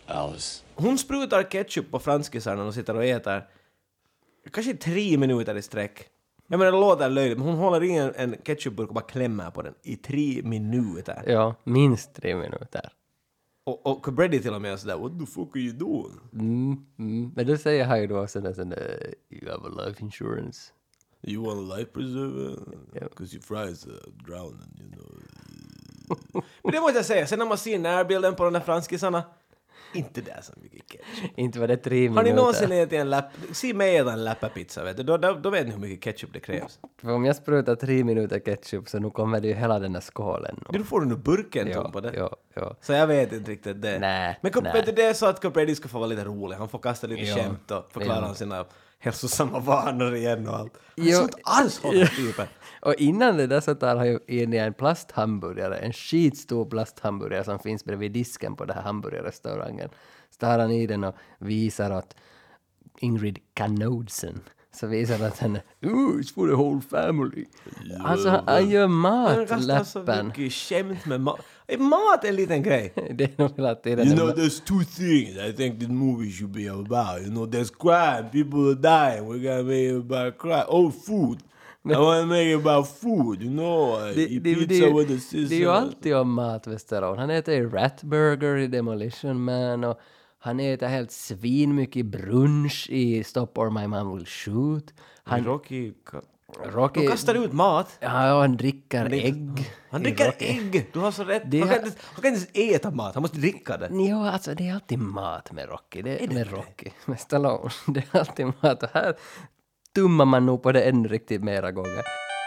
Alice. Hon sprutar ketchup på franskisarna och sitter och äter kanske 3 minuter i sträck. Jag menar, det låter löjligt, men hon håller i en ketchupburk och bara klämmer på den i 3 minuter. Ja, minst 3 minuter. Och Cobretti till och med sådär, what the fuck are you doing? Men då säger han ju då sådär, you have a life insurance. You want a life preserver? Because your fries are drowning, you know. Men det måste jag säga, sen när man ser närbilden på de där franskisarna, inte där så mycket ketchup. Inte var det 3 minuter. Har ni någonsin ätit en se mig äta en läppapizza, vet du? Då vet ni hur mycket ketchup det krävs. För om jag sprutar 3 minuter ketchup så nu kommer det ju hela den här skålen. Du får nu burken tom på det. Ja. Så jag vet inte riktigt det. Nej. Men vet du, det är så att Cobretti ska få vara lite rolig. Han får kasta lite skämt och förklara sina hälsosamma vanor igen och allt. Han är sånt alls håller typen. Och innan det där så tar han ju in i en plasthamburgare, en skitstor plasthamburgare som finns bredvid disken på den här hamburgerrestaurangen. Så tar han i den och visar att Ingrid Knudsen, så visar han att henne, it's for the whole family. Alltså han gör mat, han kastar så mycket skämt med mat. Mat är en liten grej. Det är nog hela tiden. You know, there's 2 things I think this movie should be about. You know, there's crime, people are dying. We're gonna make it about crime. Oh, food. I want to make it about food, you know. Eat pizza with the sister. Det är ju alltid om mat, Westerån. Han äter ju Ratburger i Demolition Man och han äter helt svin mycket brunch i Stop or My Mom Will Shoot. Rocky de kastar ut mat. Ja, och han dricker ägg. Han dricker ägg. Du har så rätt. Han kan inte ens äta mat. Han måste dricka det. Ja, alltså det är alltid mat med Rocky. Det är med Rocky. Med Stallone. Det är alltid mat. Och här tummar man nog på det ännu riktigt mera gånger.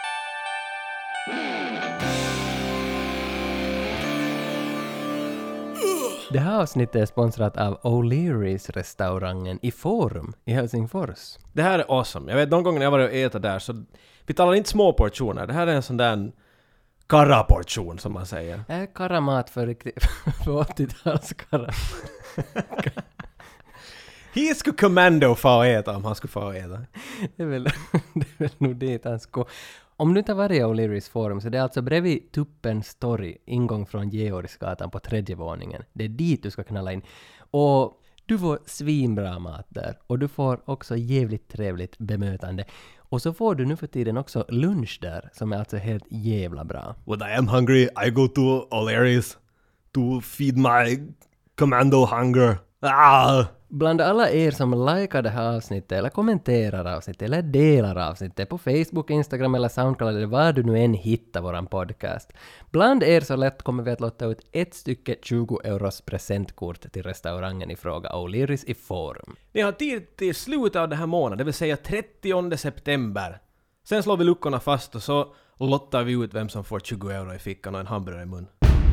Det här avsnittet är sponsrat av O'Learys restaurangen i Forum i Helsingfors. Det här är awesome. Jag vet, de gånger jag var och äta där så vi talar inte små portioner. Det här är en sån där karraportion som man säger. Karramat för 80-tals karra. He skulle Commando få äta om han skulle få äta. Det är väl nog dit han ska. Om du inte har varit i O'Learys Forum så det är alltså bredvid Tuppens torg, ingång från Georgsgatan på 3:e våningen. Det är dit du ska knalla in. Och du får svinbra mat där. Och du får också jävligt trevligt bemötande. Och så får du nu för tiden också lunch där som är alltså helt jävla bra. When I am hungry, I go to O'Learys to feed my commando hunger. Bland alla er som likar det här avsnittet eller kommenterar avsnittet eller delar avsnittet på Facebook, Instagram eller Soundcloud eller var du nu än hittar våran podcast. Bland er så lätt kommer vi att låta ut ett stycke 20 euros presentkort till restaurangen i fråga, O'Learys i Forum. Ni har tid till slutet av det här månaden, det vill säga 30 september. Sen slår vi luckorna fast och så lottar vi ut vem som får 20 euro i fickan och en hamburgare i mun.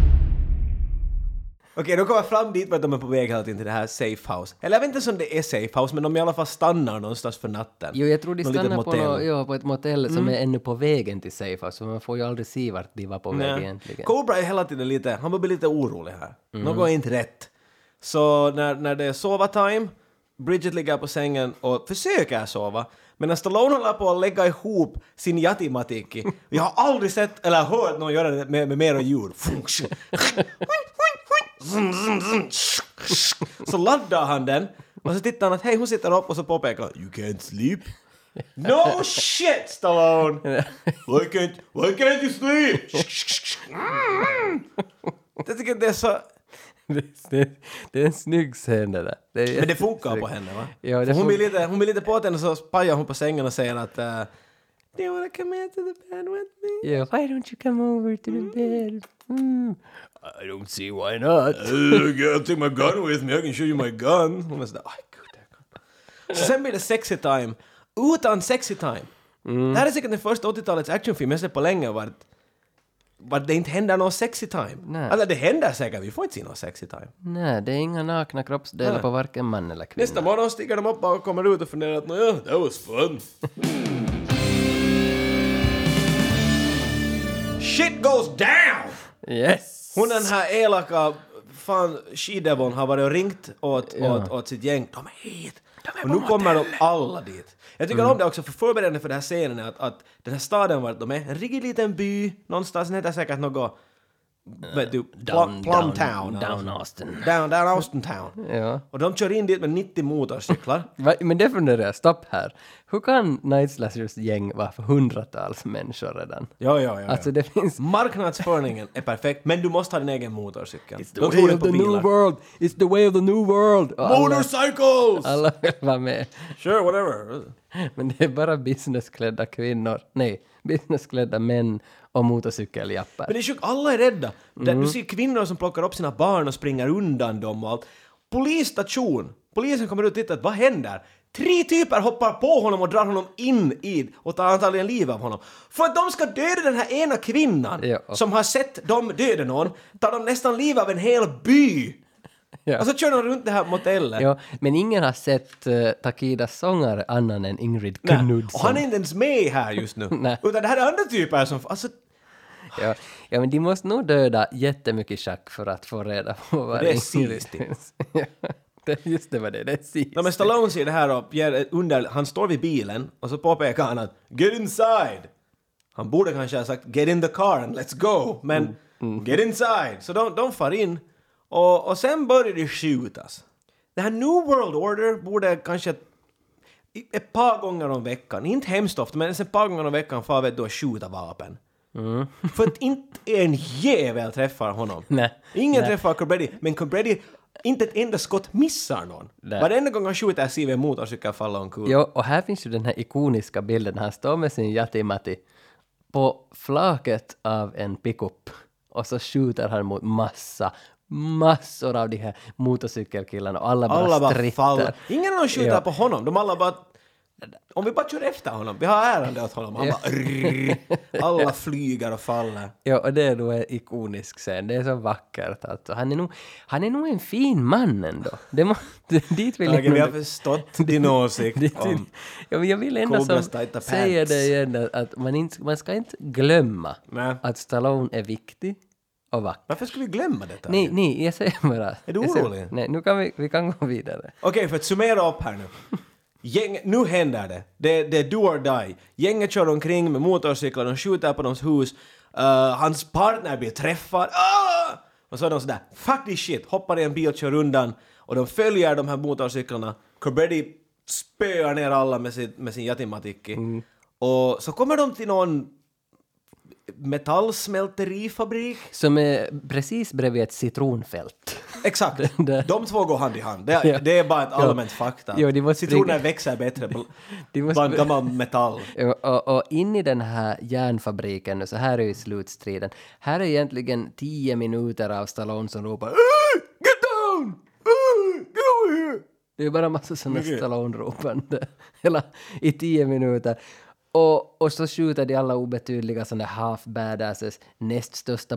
Okej, de kommer fram dit med att de är på väg hela tiden till det här safe house. Eller jag vet inte om det är safe house, men de i alla fall stannar någonstans för natten. Jo, jag tror de stannar på ett motell som är ännu på vägen till safe house. Så man får ju aldrig se vart de var på väg egentligen. Cobra är hela tiden han blir lite orolig här. Något är inte rätt. Så när det är sova-time, Bridget ligger på sängen och försöker sova. Men när Stallone håller på att lägga ihop sin jatimatiki. Jag har aldrig sett eller hört någon göra det med mer ljud. Så laddar han den och så tittar han att hej, hon sitter upp och så påpekar you can't sleep. No shit, Stallone. Why can't you sleep? Jag tycker det är så det är en snygg scen det där. Men det funkar på henne, va? Ja, hon blir lite på den och så spajar hon på sängen och säger att do you want to come into the bed with me? Yeah, why don't you come over to the bed? I don't see why not. I'll take my gun with me. I can show you my gun. Hon är sådär, gud. Så sen blir det sexy time. Utan sexy time. Det här är säkert den första 80-talets actionfilm jag sett på länge vart det inte händer någon sexy time. Nej. Alltså det händer säkert, vi får inte se någon sexy time. Nej, det är inga nakna kroppsdelar på varken man eller kvinna. Nästa morgon stiger de upp och kommer ut och funderar att that was fun. Shit goes down! Yes! Hon den här elaka she-devon har varit och ringt åt sitt gäng. De är hit! Och nu kommer de alla dit. Jag tycker om det också för förberedande för den här scenen att den här staden var de är en riktigt liten by någonstans, den heter säkert något vet du, Down Plumtown. Down Austin. Down Austin Town. Ja. Och de kör in dit med 90 motorcyklar. Men det funderar jag, stopp här. Hur kan Night Slashers gäng vara för hundratals människor redan? Ja. Alltså det finns... Marknadsföringen är perfekt, men du måste ha din egen motorcykel. It's the way of the new world! It's the way of the new world! Och Motorcycles! alla vill vara med. Sure, whatever. Men det är bara businessklädda kvinnor. Nej, businessklädda män och motorcykeljappar. Men det är sjukt, alla är rädda. Du ser kvinnor som plockar upp sina barn och springer undan dem och allt. Polisstation. Polisen kommer ut och tittar, vad händer? 3 typer hoppar på honom och drar honom in i och tar antagligen liv av honom. För att de ska döda den här ena kvinnan som har sett dem döda någon, tar de nästan liv av en hel by. Ja. Och så kör de runt det här motellet. Ja, men ingen har sett Takidas sångare annan än Ingrid Knudsen. Och han är inte ens med här just nu. Utan det här är andra typer som... Alltså, ja, men de måste nog döda jättemycket schack för att få reda på vad det är sistigt. Just det var det är sistigt. Men Stallone ser det här och han står vid bilen och så påpekar han att get inside. Han borde kanske ha sagt get in the car and let's go. Men get inside. Så de far in och sen börjar det skjutas. Det här New World Order borde kanske ett par gånger om veckan, inte hemskt ofta, men ett par gånger om veckan får vi då skjuta vapen. För att inte en jävel träffar honom. Ingen träffar Cobretti, men Cobretti inte ett enda skott missar någon. Varenda gång han skjuter ser vi en motorcykel falla omkull. Jo, och här finns ju den här ikoniska bilden. Han står med sin Yatimati på flaket av en pickup och så skjuter han mot massor av de här motorcykelkillarna och alla bara stritter. Ingen av dem skjuter på honom. De alla bara... Om vi bara kör efter honom, vi har ärande åt honom. Han bara... alla flyger och faller. Ja, och det är då en ikonisk scen. Det är så vackert. Alltså. Han är nog en fin man ändå. Dit vill vi har förstått din åsikt om... Ja, men jag vill ändå säga det igen att man ska inte glömma att Stallone är viktig. Varför skulle vi glömma detta? Nej, jag säger bara... Är du orolig? Nej, nu kan vi kan gå vidare. Okej, för att summera upp här nu. Nu händer det. Det är do or die. Gänget kör omkring med motorcyklar, de skjuter på deras hus. Hans partner blir träffad. Och så är de sådär, fuck this shit. Hoppar i en bil och kör undan. Och de följer de här motorcyklarna. Cobretti spöar ner alla med sin Yatimatiki. Och så kommer de till någon metallsmälterifabrik. Som är precis bredvid ett citronfält. Exakt. De två går hand i hand. Det är bara ett allmänt fakta. Citroner växer bättre bland gammal metall. Och in i den här järnfabriken, så här är ju slutstriden. Här är egentligen 10 minuter av Stallone som ropar get down! Go here! Det är bara massa sådana Stallone-ropande hela i 10 minuter. Och så skjuter de alla obetydliga sådana half-badasses, näst största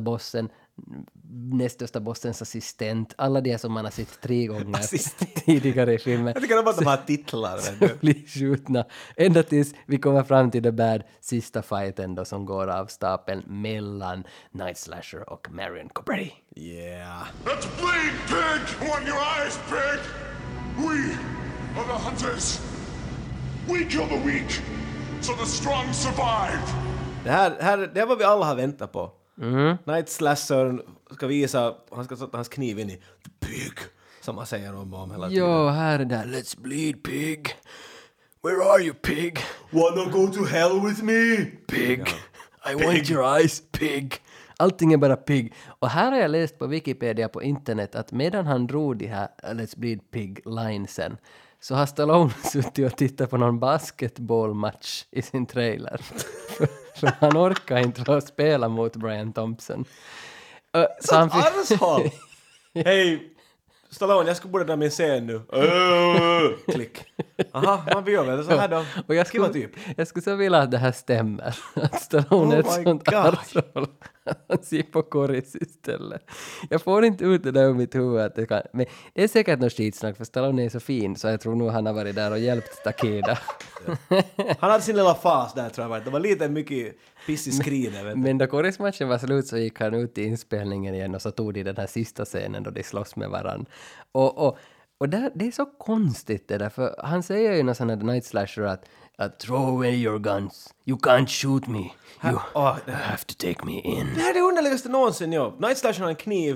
bossens assistent, alla de som man har sett 3 gånger tidigare i filmen. Jag tycker bara att de har titlar. Blir skjutna. Ända tills vi kommer fram till The Bad, sista fighten då som går av stapeln mellan Night Slasher och Marion Cobretti. Yeah. Let's bleed, pig! On your eyes, pig! We are the hunters. We kill the weak. So the strong survive. Det är vad vi alla har väntat på. Night Slasher ska visa, han ska sätta hans kniv in i the pig, som man säger om hela tiden. Jo, här är det. Let's bleed, pig. Where are you, pig? Wanna go to hell with me? Pig. I want your eyes, pig. Allting är bara pig. Och här har jag läst på Wikipedia på internet att medan han drog de här Let's bleed pig-linesen så har Stallone suttit och tittat på någon basketbollmatch i sin trailer. För han orkar inte att spela mot Brian Thompson. Så han arshåll! Hej, Stallone, jag skulle borde dra min scen nu. Klick. Aha, man gör väl så här då. Och jag skulle så vilja att det här stämmer. Att Stallone är ett sånt arshåll. Han ser på Corris istället. Jag får inte ut det där ur mitt huvud. Att det kan. Men det är säkert något skitsnack, för Stallone är så fin, så jag tror nog han har varit där och hjälpt Takeda. Han hade sin lilla fas där, tror jag. Det var lite mycket piss i skrinet. Men då Corris-matchen var slut så gick han ut i inspelningen igen och så tog de den här sista scenen då de slåss med varann. Och Och det är så konstigt det där, för han säger ju någon sån här Night Slasher att throw away your guns, you can't shoot me, you have to take me in. Det här är det underligaste någonsin. Night Slasher har en kniv,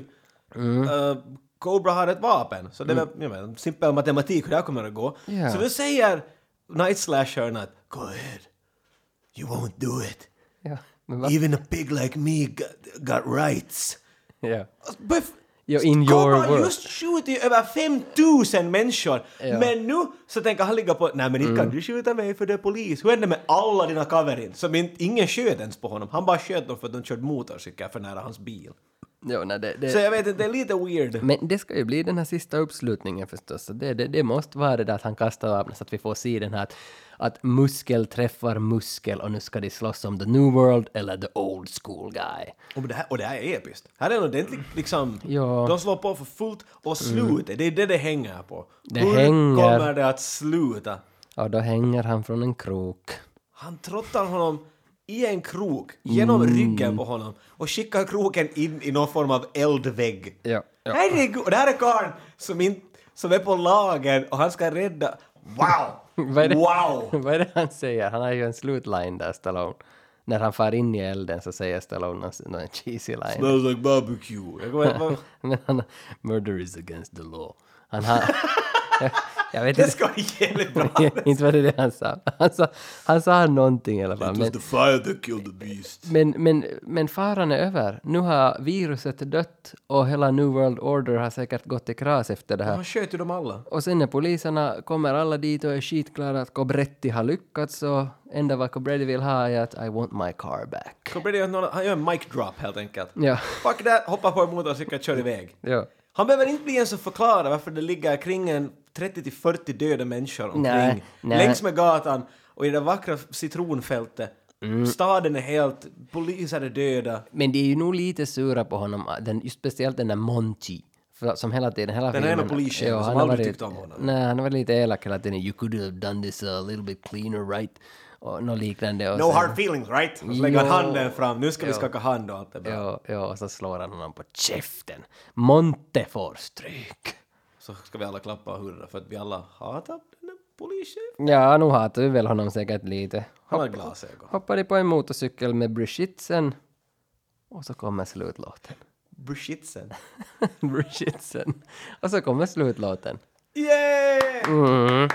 Cobra har ett vapen, så det är väl simpel matematik hur det här kommer att gå. Yeah. Så nu säger Night Slashern att go ahead, you won't do it. Ja, Even a pig like me got rights. Ja. But in your Cobra world. just skjutit över 5000 människor. Ja. Men nu så tänker han ligga på, nej men inte kan du skjuta mig för det är polis. Hur är det med alla dina kaverin? Som ingen sköt ens på honom. Han bara sköt dem för att de körde motorcykel för nära hans bil. Jo, nej, Så jag vet inte, det är lite weird. Men det ska ju bli den här sista uppslutningen förstås. Så det måste vara det där att han kastar vapnet så att vi får se den här att muskel träffar muskel och nu ska de slåss om the new world eller the old school guy. Och det här är episkt. Här är det ordentligt liksom, Ja. de slår på för fullt och slutet, det är det hänger på. Hur hänger. kommer det att sluta? Och då hänger han från en krok. Han trottar honom i en krok genom ryggen på honom och skickar kroken in i någon form av eldvägg. Ja. Herregud, och det här är karln som är på lagen och han ska rädda. Wow! Vad är det han säger? Han har ju en slutline där, Stallone. När han far in i elden så säger Stallone någon cheesy line. Smells like barbecue. Men murder is against the law. Han har... Jag vet Det ska vara jävligt bra. Inte var det han sa. Han sa någonting i alla fall. It was the fire that killed the beast. Men faran är över. Nu har viruset dött och hela New World Order har säkert gått i kras efter det här. Han sköt ju dem alla. Och sen när poliserna kommer alla dit och är skitklara att Cobretti har lyckats så enda vad Cobretti vill ha är att I want my car back. Cobretti han gör en mic drop helt enkelt. Ja. Fuck that, hoppa på en motorcykel och kör iväg. Ja. Han behöver inte bli ens att förklara varför det ligger kring en 30-40 döda människor omkring. Nej. Längs med gatan och i det vackra citronfältet. Staden är helt, poliser är döda. Men det är ju nog lite sura på honom, just speciellt den där Monty. Som hela tiden, hela den filmen. ena polischefen som aldrig tyckte om honom. Nej, han var lite elak hela tiden. You could have done this a little bit cleaner, right? Och något liknande. Och no hard feelings, right? Och så lägger han handen fram. Nu ska vi skaka hand och allt är bra. Ja, och så slår han honom på käften. Monte får stryk. Så ska vi alla klappa och hurra för att vi alla hatar den där polischefen. Ja, nu hatar vi väl honom säkert lite. Han har glasögon. Hoppade på en motorcykel med Brigittsen. Och så kommer slutlåten. Brigittsen. Brigittsen. Och så kommer slutlåten. Yeah! Mm.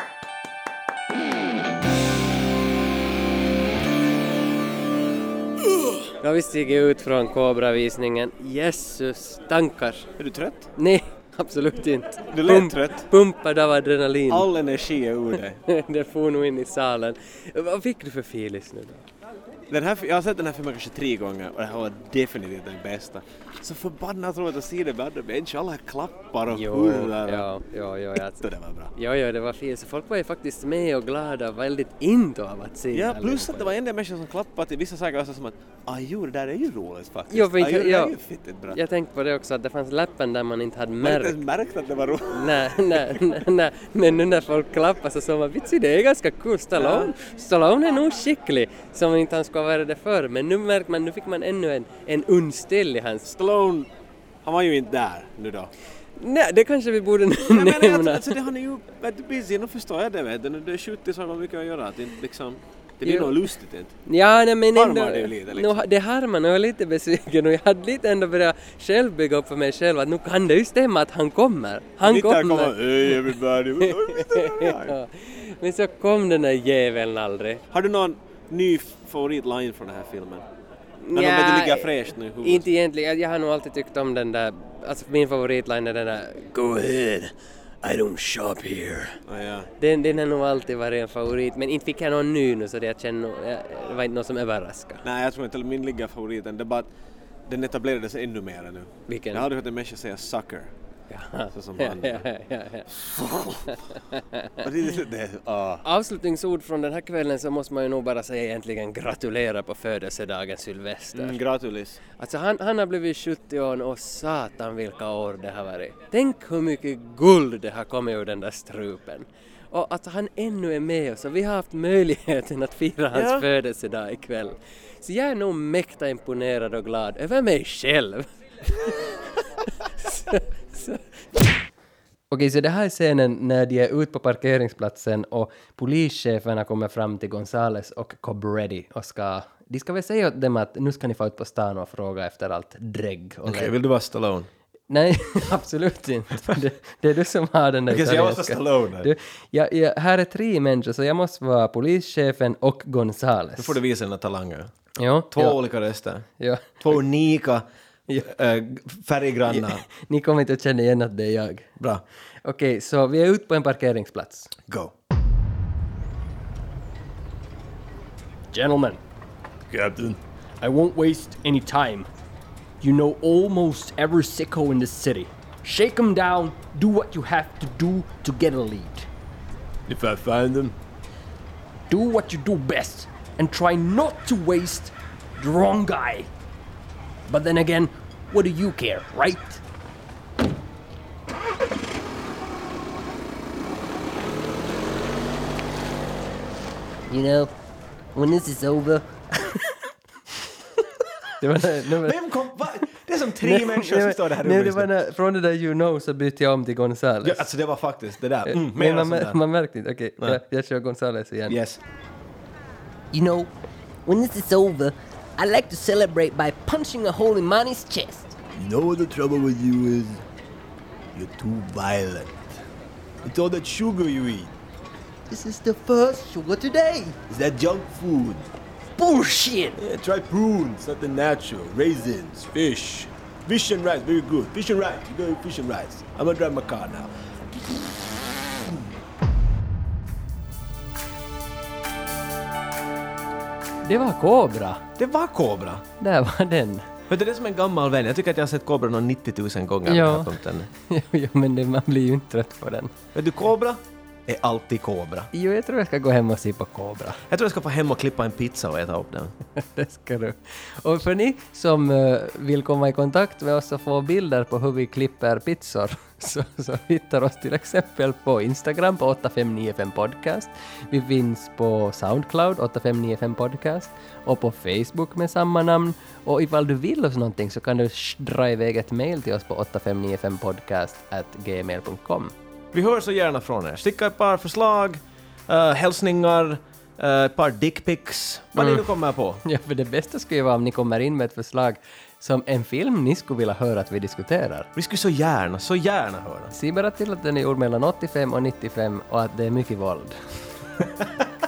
Nu har vi stigit ut från Cobra-visningen. Jesus, tankar. Är du trött? Nej, absolut inte. Du lät trött. Pumpad av adrenalin. All energi är ur dig. Det får nog in i salen. Vad fick du för filis nu då? Jag har sett den här filmen kanske 3 gånger och det här var definitivt den bästa. Så förbannat roligt att se det med andra människor. Alla klappar och hurrar. Ja. Det var bra. Ja, det var fint. Så folk var ju faktiskt med och glada och väldigt into av att se. Ja, plus att det var en del människor som klappade till vissa saker som att det där är ju roligt faktiskt. Jo, för det är ju fittigt bra. Jag tänkte på det också att det fanns läppen där man inte hade Man märkt. inte märkt att det var roligt. Nej. Men nu när folk klappar så sa man, vitsi det är ganska kul. Stallone är nog skicklig som inte han ska vara det för. Men nu fick man ännu en unstill i hans... Stallone, han var ju inte där nu då. Nej, det kanske vi borde nämna. Alltså han är ju väldigt busy, nu förstår jag det. Vet du. Det är 70 så har man mycket att göra. Det, liksom, det blir nog lustigt inte. Ja, nej, men ändå... det lite, liksom. Det harmar nog lite besviken och jag hade lite ändå börjat själv bygga upp för mig själv att nu kan det ju stämma att han kommer. Han kommer. Hey everybody. Ja. Men så kom den där jäveln aldrig. Har du någon ny favoritline från den här filmen? När de ligger fräscht nu i huvudet. Inte egentligen. Jag har nog alltid tyckt om den där, alltså min favoritline är den där Go ahead, I don't shop here. Ja. Den har nog alltid varit en favorit, men inte fick jag någon ny nu så det jag känner, det var inte något som överraskade. Nej, jag tror inte min ligger favoriten. Det är bara att den etablerades ännu mer nu. Vilken? Jag hade hört en människa säga sucker. Så som han. Avslutningsord från den här kvällen så måste man ju nog bara säga egentligen gratulera på födelsedagen Sylvester. Gratulis. Alltså han har blivit 70 år och satan vilka år det har varit. Tänk hur mycket guld det har kommit ur den där strupen. Och att han ännu är med oss och vi har haft möjligheten att fira hans födelsedag ikväll. Så jag är nog mäkta imponerad och glad över mig själv. Okej, så det här är scenen när de är ute på parkeringsplatsen och polischeferna kommer fram till Gonzales och Cobretti och de ska väl säga åt dem att nu ska ni få ut på stan och fråga efter allt drägg. Okej, vill du vara Stallone? Nej, absolut inte. Det är du som har den där Because jag måste Stallone. Här är 3 människor, så jag måste vara polischefen och Gonzales. Nu får du visa dina talanger. Ja, 2 olika röster. Ja. 2 unika färggranna. Ni kommer inte att känna igen att det är jag. Bra. Okej, så vi är ute på en parkeringsplats. Go. Gentlemen. Captain. I won't waste any time. You know almost every sicko in the city. Shake them down, do what you have to do to get a lead. If I find them? Do what you do best and try not to waste the wrong guy. But then again, what do you care, right? You know, when this is over... Det är som 3 människor som står det här rummet. Nej, det var från det där you know så bytte jag om till Gonzales. Ja, alltså det var faktiskt det där. Men man märkte inte. Okej, jag kör Gonzales igen. Yes. You know, when this is over, I like to celebrate by punching a hole in Manny's chest. You know what the trouble with you is? You're too violent. It's all that sugar you eat. This is the first sugar today. Is that junk food? Bullshit! Yeah, try prunes, something natural. Raisins, fish. Fish and rice, very good. Fish and rice, you go fish and rice. I'm gonna drive my car now. Det var Cobra. Det var Cobra. Där var den. Men det är som en gammal vän. Jag tycker att jag har sett Cobra någon 90 000 gånger på den här punkten. Ja, men man blir ju inte trött på den. Vet du, Cobra är alltid Cobra. Jo, jag tror jag ska gå hem och se på Cobra. Jag tror jag ska få hem och klippa en pizza och äta upp den. Det ska du. Och för ni som vill komma i kontakt med oss och få bilder på hur vi klipper pizzor så hittar oss till exempel på Instagram på 8595 podcast. Vi finns på Soundcloud 8595 podcast och på Facebook med samma namn. Och ifall du vill oss någonting så kan du dra iväg ett mail till oss på 8595podcast@gmail.com. Vi hör så gärna från er. Skicka ett par förslag, hälsningar, ett par dickpics. Vad ni nu kommer på. Ja, för det bästa skulle ju vara om ni kommer in med ett förslag som en film ni skulle vilja höra att vi diskuterar. Vi skulle så gärna höra. Se bara till att den är gjord mellan 85 och 95 och att det är mycket våld.